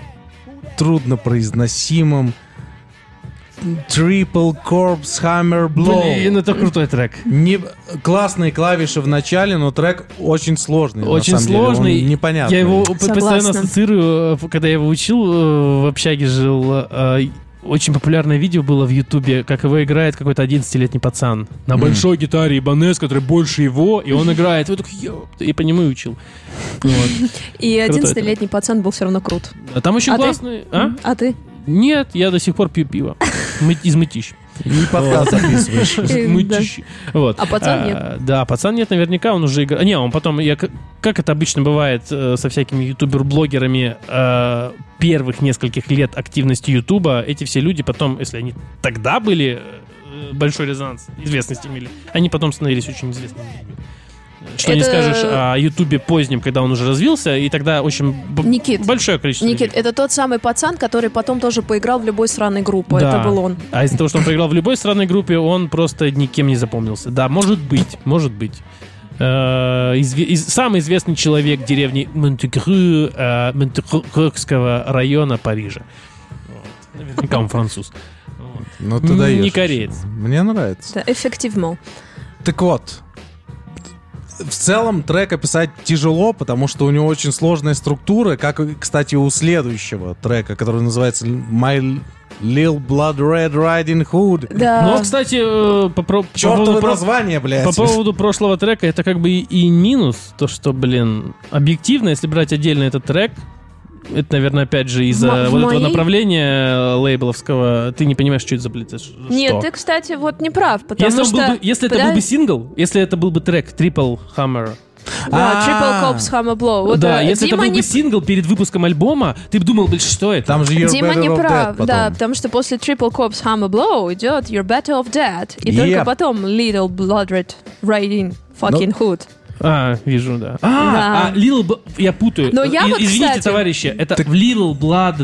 Triple Corpse Hammer Blow. Блин, это крутой трек. Классные клавиши в начале, но трек очень сложный. Очень на самом сложный. Деле. Он непонятный. Я его постоянно ассоциирую, когда я его учил, в общаге жил. Очень популярное видео было в Ютубе, как его играет какой-то 11-летний пацан на большой гитаре Ibanez, который больше его, и он играет. И вот такой, и по нему и учил. Вот. И 11-летний пацан был все равно крут. А там очень классный. А ты? Нет, я до сих пор пью пиво. Из мытищ. И подкаст записываешь. Мытищи. А пацан нет? Да, пацан нет, наверняка он уже играет. Не, он потом, как это обычно бывает со всякими ютубер-блогерами первых нескольких лет активности ютуба, эти все люди потом, если они тогда были большой резонанс, известность имели, они потом становились очень известными людьми. Что не скажешь о Ютубе позднем, когда он уже развился, и тогда очень большое количество Никит, людей. это тот самый пацан, который потом тоже поиграл в любой сранной группе. Да. Это был он. А из-за того, что он поиграл в любой странной группе, он просто никем не запомнился. Да, может быть. Самый известный человек деревни Монтекрюского района Парижа. Вот. Наверняка он француз. Вот. Ну, ты даешь. Не кореец. Мне нравится. Да, эффективно. Так вот, в целом трек описать тяжело, потому что у него очень сложная структура, как, кстати, у следующего трека, который называется My Lil Blood Red Riding Hood. Да. Но, кстати, чёртово название, блядь. По поводу прошлого трека, это как бы и минус, то, что, объективно, если брать отдельно этот трек, это, наверное, опять же из-за этого направления лейбловского. Ты не понимаешь, что это за блядь. Нет, ты, кстати, вот не прав, потому что... Если это был бы сингл, если это был бы трек Triple Hammer... Да, Triple Corpse Hammer Blow. Вот, да, если это был бы сингл перед выпуском альбома, ты бы думал, что это? Там же You're Дима Better не Off прав, Dead да, потому что после Triple Corpse Hammer Blow идет You're Better Off Dead, и только потом Little Blood Red Riding Fucking Hood. Вижу, да. Да. Я путаю. Но я вот, извините, кстати, товарищи, это в Little Blood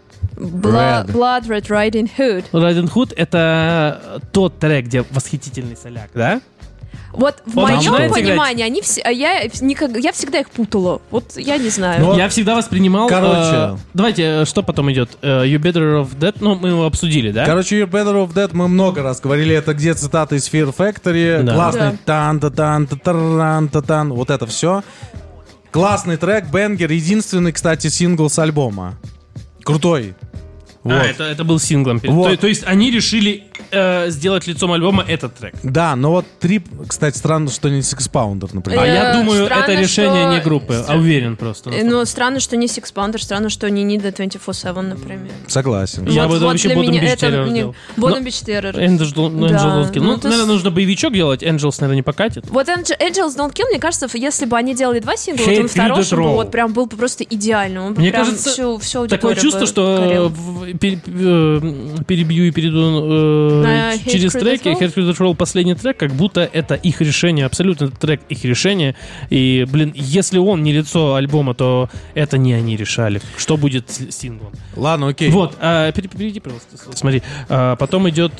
Red Riding Hood. Riding Hood — это тот трек, где восхитительный соляк, да? Вот в моем понимании они все, я всегда их путала. Вот я не знаю. Но я всегда воспринимал. Короче, давайте, что потом идет? You Better Off Dead, ну мы его обсудили, да? Короче, You Better Off Dead мы много раз говорили. Это где цитата из Fear Factory, да. Классный тан-та-тан-та-тан-та-тан, вот это все. Классный трек, бенгер, единственный, кстати, сингл с альбома. Крутой. Вот. Это был синглом. Вот. То есть они решили сделать лицом альбома этот трек. Да, но вот Трип, кстати, странно, что не Six Pounder, например. Я думаю, странно, это решение что... не группы, а уверен просто. Ну, странно, что не Six Pounder, странно, что не Need 24/7, например. Согласен. Я бы вообще Bottom Beach Terror сделал. Bottom Beach Terror. Angels Don't Kill. Ну, наверное, нужно боевичок делать, Angels, наверное, не покатит. Вот Angels Don't Kill, мне кажется, если бы они делали 2 сингла, вот он второй бы вот прям был бы просто идеальным. Он бы мне прям кажется, всю такое чувство, что перебью и перейду через треки. Head Through the Troll, последний трек, как будто это их решение, абсолютно трек их решение. И, блин, если он не лицо альбома, то это не они решали. Что будет с синглом? Ладно, окей. Вот, перейди, пожалуйста, смотри. Потом идет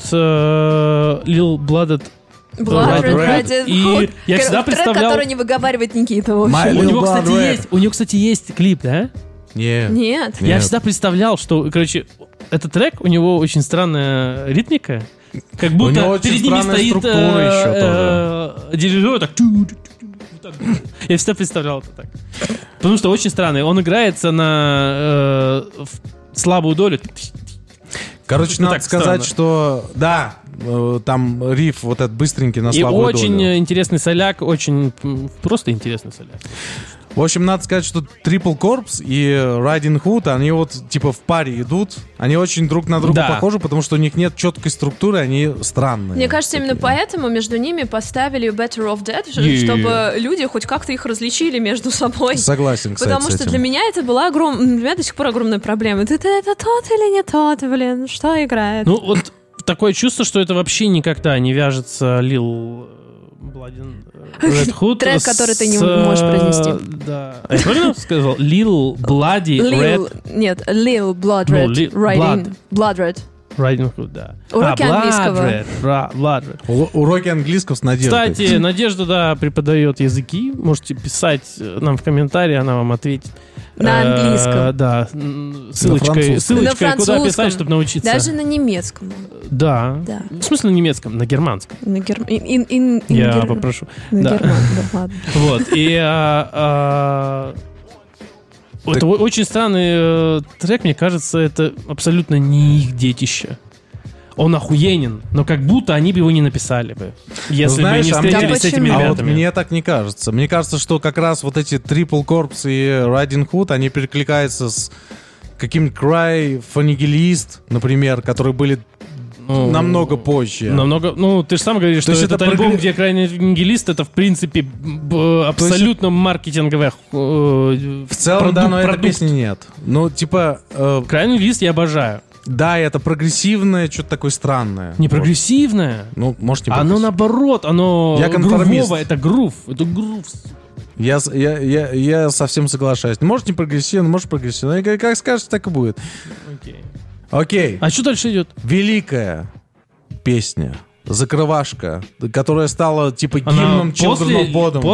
Lil Blooded Red. И я всегда представлял... Трек, который не выговаривает Никита. У него, кстати, есть клип, да? Нет. Я всегда представлял, что, короче, этот трек, у него очень странная ритмика. Как будто перед ними стоит дирижер, так... Я всегда представлял это так. Потому что очень странный. Он играется на слабую долю. Короче, надо сказать, что да, там риф вот этот быстренький на слабую долю. И очень интересный соляк, очень просто интересный соляк. В общем, надо сказать, что Triple Corps и Riding Hood, они вот типа в паре идут. Они очень друг на друга похожи, потому что у них нет четкой структуры, они странные. Мне кажется, именно поэтому между ними поставили Better Off Dead, чтобы люди хоть как-то их различили между собой. Согласен, кстати, потому что для меня это была для меня до сих пор огромная проблема. Это тот или не тот, блин, что играет? Ну вот такое чувство, что это вообще никогда не вяжется Lil Red Hood. Трек, который ты не можешь произнести. Да. Я правильно сказал? Lil Bloody Red. Нет, Lil Blood Red. Blood Red. Riding Hood, да. Уроки английского. Blood Red. Уроки английского с Надеждой. Кстати, Надежда, да, преподает языки. Можете писать нам в комментарии, она вам ответит. На английском. Да. Ссылочкой, куда писать, чтобы научиться. Даже на немецком. Да. В смысле на немецком? На германском. Я попрошу. На германском, ладно. Вот. И... Это очень странный трек, мне кажется, это абсолютно не их детище. Он охуенен, но как будто они бы его не написали бы, если бы они встретились с этими ребятами. А вот мне так не кажется. Мне кажется, что как раз вот эти Triple Corps и Riding Hood, они перекликаются с каким-нибудь Cry, Funigilist, например, которые были намного позже. Ты же сам говоришь, что этот альбом, где Крайний Нигилист, это в принципе абсолютно маркетинговая в целом, да, но этой песни нет. Ну, типа... Крайний Нигилист я обожаю. Да, это прогрессивное, что-то такое странное. Не прогрессивное? Ну, может, не оно наоборот, оно грувовое, это грув. Это грув. Я совсем соглашаюсь. Может, не прогрессивно, может, прогрессивно. Как скажешь, так и будет. Окей. А что дальше идет? Великая песня. Закрывашка, которая стала типа гимном Children of Bodom.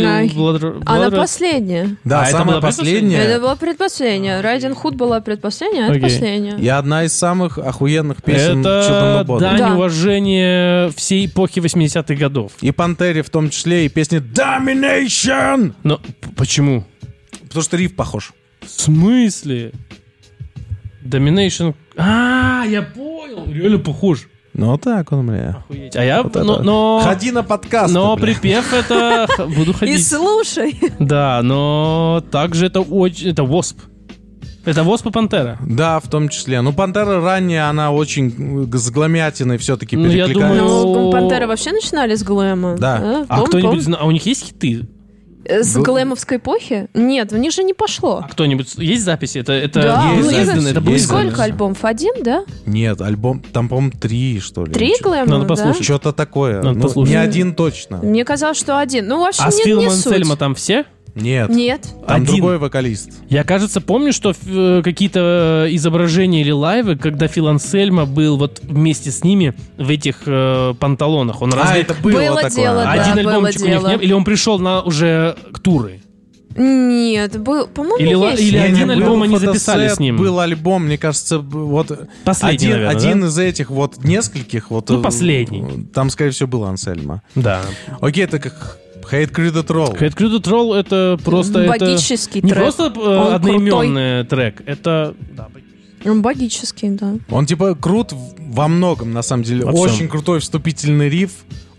Она последняя. Да, самая последняя. Это была предпоследняя. Riding Hood была предпоследняя, а это последняя. И одна из самых охуенных песен Children of Bodom. Это дань уважения всей эпохи 80-х годов. И Пантере в том числе, и песня Domination. Но почему? Потому что риф похож. В смысле? Domination... я понял. Реально похож. Ну, так он, бля. Охуеть. А я... Вот ходи на подкаст. Но припев это... Буду ходить. И слушай. Да, но также это очень... Это Wasp. Это Wasp и Пантера. Да, в том числе. Ну, Пантера ранняя, она очень с гломятиной все-таки перекликается. Я думаю... Пантера вообще начинали с глэма. Да. А кто-нибудь знает... А у них есть хиты? С глэмовской эпохи? Нет, у них же не пошло. А кто-нибудь... Есть записи? Это это было сколько альбомов? 1, да? Нет, альбом... Там, по-моему, 3, что ли. 3 глэма, Надо послушать. Да? Что-то такое. Надо послушать. Не 1 точно. Мне казалось, что 1. Ну, в общем, а не с Филом суть. Ансельмо там все? Нет. Там один. Другой вокалист. Я, кажется, помню, что какие-то изображения или лайвы, когда Фил Ансельмо был вот вместе с ними в этих панталонах. Он разве... это было такое. Дело, да, один альбомчик у них не был? Или он пришел на уже к туры? Нет, по-моему, или один альбом они записали с ним. Был альбом, мне кажется, вот последний, один из этих вот нескольких. Вот, последний. Там, скорее всего, был Ансельмо. Да. Окей, это как Hate Crew Troll. Hate Crew Troll это просто... Богический это трек. Не просто одноименный трек, это... Да, он богический, да. Он типа крут во многом, на самом деле. Очень крутой вступительный риф.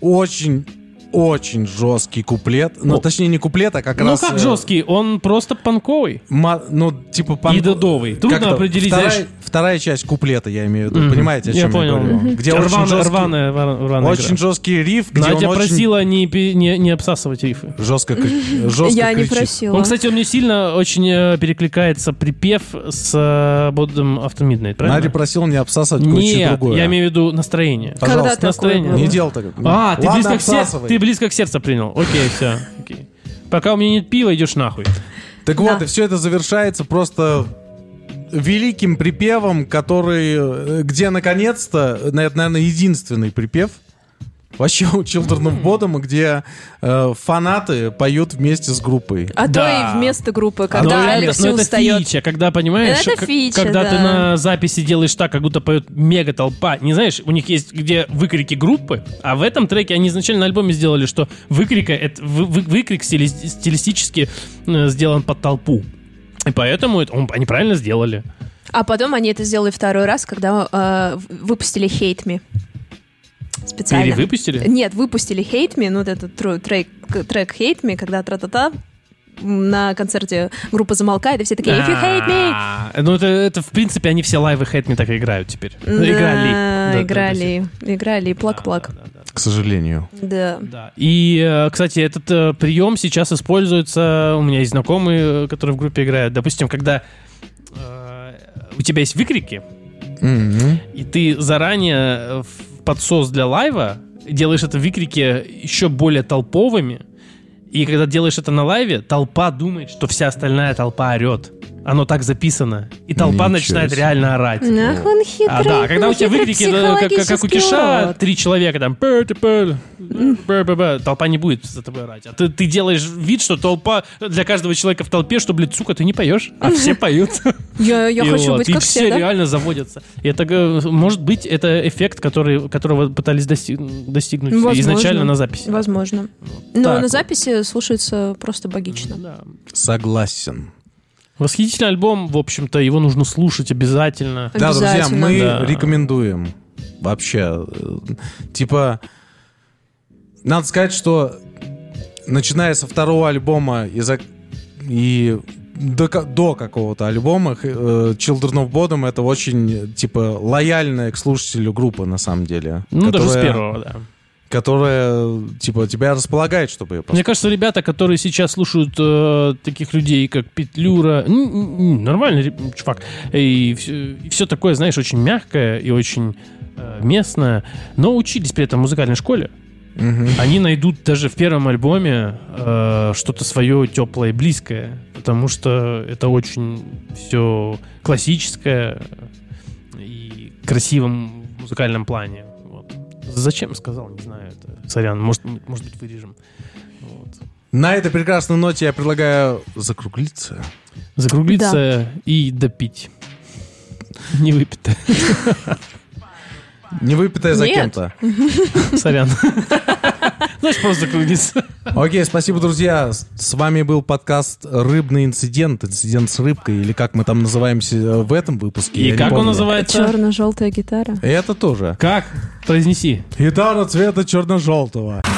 Очень жесткий куплет. Ну, точнее, не куплет, а как раз... Ну, как жесткий? Он просто панковый. Типа И дедовый. Трудно определить, вторая часть куплета, я имею в виду. Понимаете, о чем я говорю? Где рваная очень жесткий риф, где Надя просила не обсасывать рифы. Жестко Я не кричит. просила. Он, кстати, у меня сильно очень перекликается припев с Bottom After Midnight, правильно? Надя просила не обсасывать кое-что другое. Нет, я имею в виду настроение. Пожалуйста, настроение. Не делай так. Ты близко к сердцу принял. Окей, все. Окей. Пока у меня нет пива, идешь нахуй. Так вот, и все это завершается просто великим припевом, где наконец-то, наверное, единственный припев вообще у Children of Bodom, где фанаты поют вместе с группой. А то и вместо группы, когда Алексей устает. Это фича, когда, понимаешь, когда ты на записи делаешь так, как будто поет мега толпа. Не знаешь, у них есть где выкрики группы, а в этом треке они изначально на альбоме сделали, что выкрик стилистически сделан под толпу. И поэтому они правильно сделали. А потом они это сделали второй раз, когда выпустили Hate Me. Специально. Перевыпустили? Нет, выпустили Hate Me, ну вот этот трек Hate Me, когда тра-та-та на концерте группа замолкает, и все такие, if you hate me. Ну это в принципе, они все лайвы Hate Me так и играют теперь. Играли, плак-плак. К сожалению. Да. И, кстати, этот прием сейчас используется, у меня есть знакомые, которые в группе играют, допустим, когда у тебя есть выкрики, и ты заранее в подсос для лайва делаешь это выкрики еще более толповыми, и когда делаешь это на лайве, толпа думает, что вся остальная толпа орет. Оно так записано. И толпа начинает реально орать. Ах, он хитрый. Да, когда у тебя выкрики, как у Киша, 3 человека там, толпа не будет за тобой орать. А ты делаешь вид, что толпа для каждого человека в толпе, что, блядь, сука, ты не поешь, а все поют. Я хочу быть как все, и все реально заводятся. И это, может быть, это эффект, которого пытались достигнуть изначально на записи. Возможно. Но на записи слушается просто богично. Согласен. Восхитительный альбом, в общем-то, его нужно слушать обязательно. Да, друзья, мы рекомендуем. Вообще. Типа, надо сказать, что начиная со второго альбома и до какого-то альбома Children of Bodom это очень, типа, лояльная к слушателю группа, на самом деле. Ну, даже с первого, да. Которая, типа, тебя располагает, чтобы ее послушать. Мне кажется, ребята, которые сейчас слушают таких людей, как Петлюра, нормальный чувак, и все такое, знаешь, очень мягкое и очень местное, но учились при этом в музыкальной школе. Они найдут даже в первом альбоме что-то свое теплое и близкое, потому что это очень все классическое и красивом в музыкальном плане. Зачем сказал, не знаю. Это, сорян, может быть, вырежем. Вот. На этой прекрасной ноте я предлагаю закруглиться. Закруглиться и допить. Не выпитое. Не выпитое за кем-то. Сорян. Знаешь, просто закруглиться. Окей, спасибо, друзья. С вами был подкаст «Рыбный инцидент». Инцидент с рыбкой, или как мы там называемся в этом выпуске. И как он называется? Черно-желтая гитара. Это тоже. Как? Произнеси. Гитара цвета черно-желтого.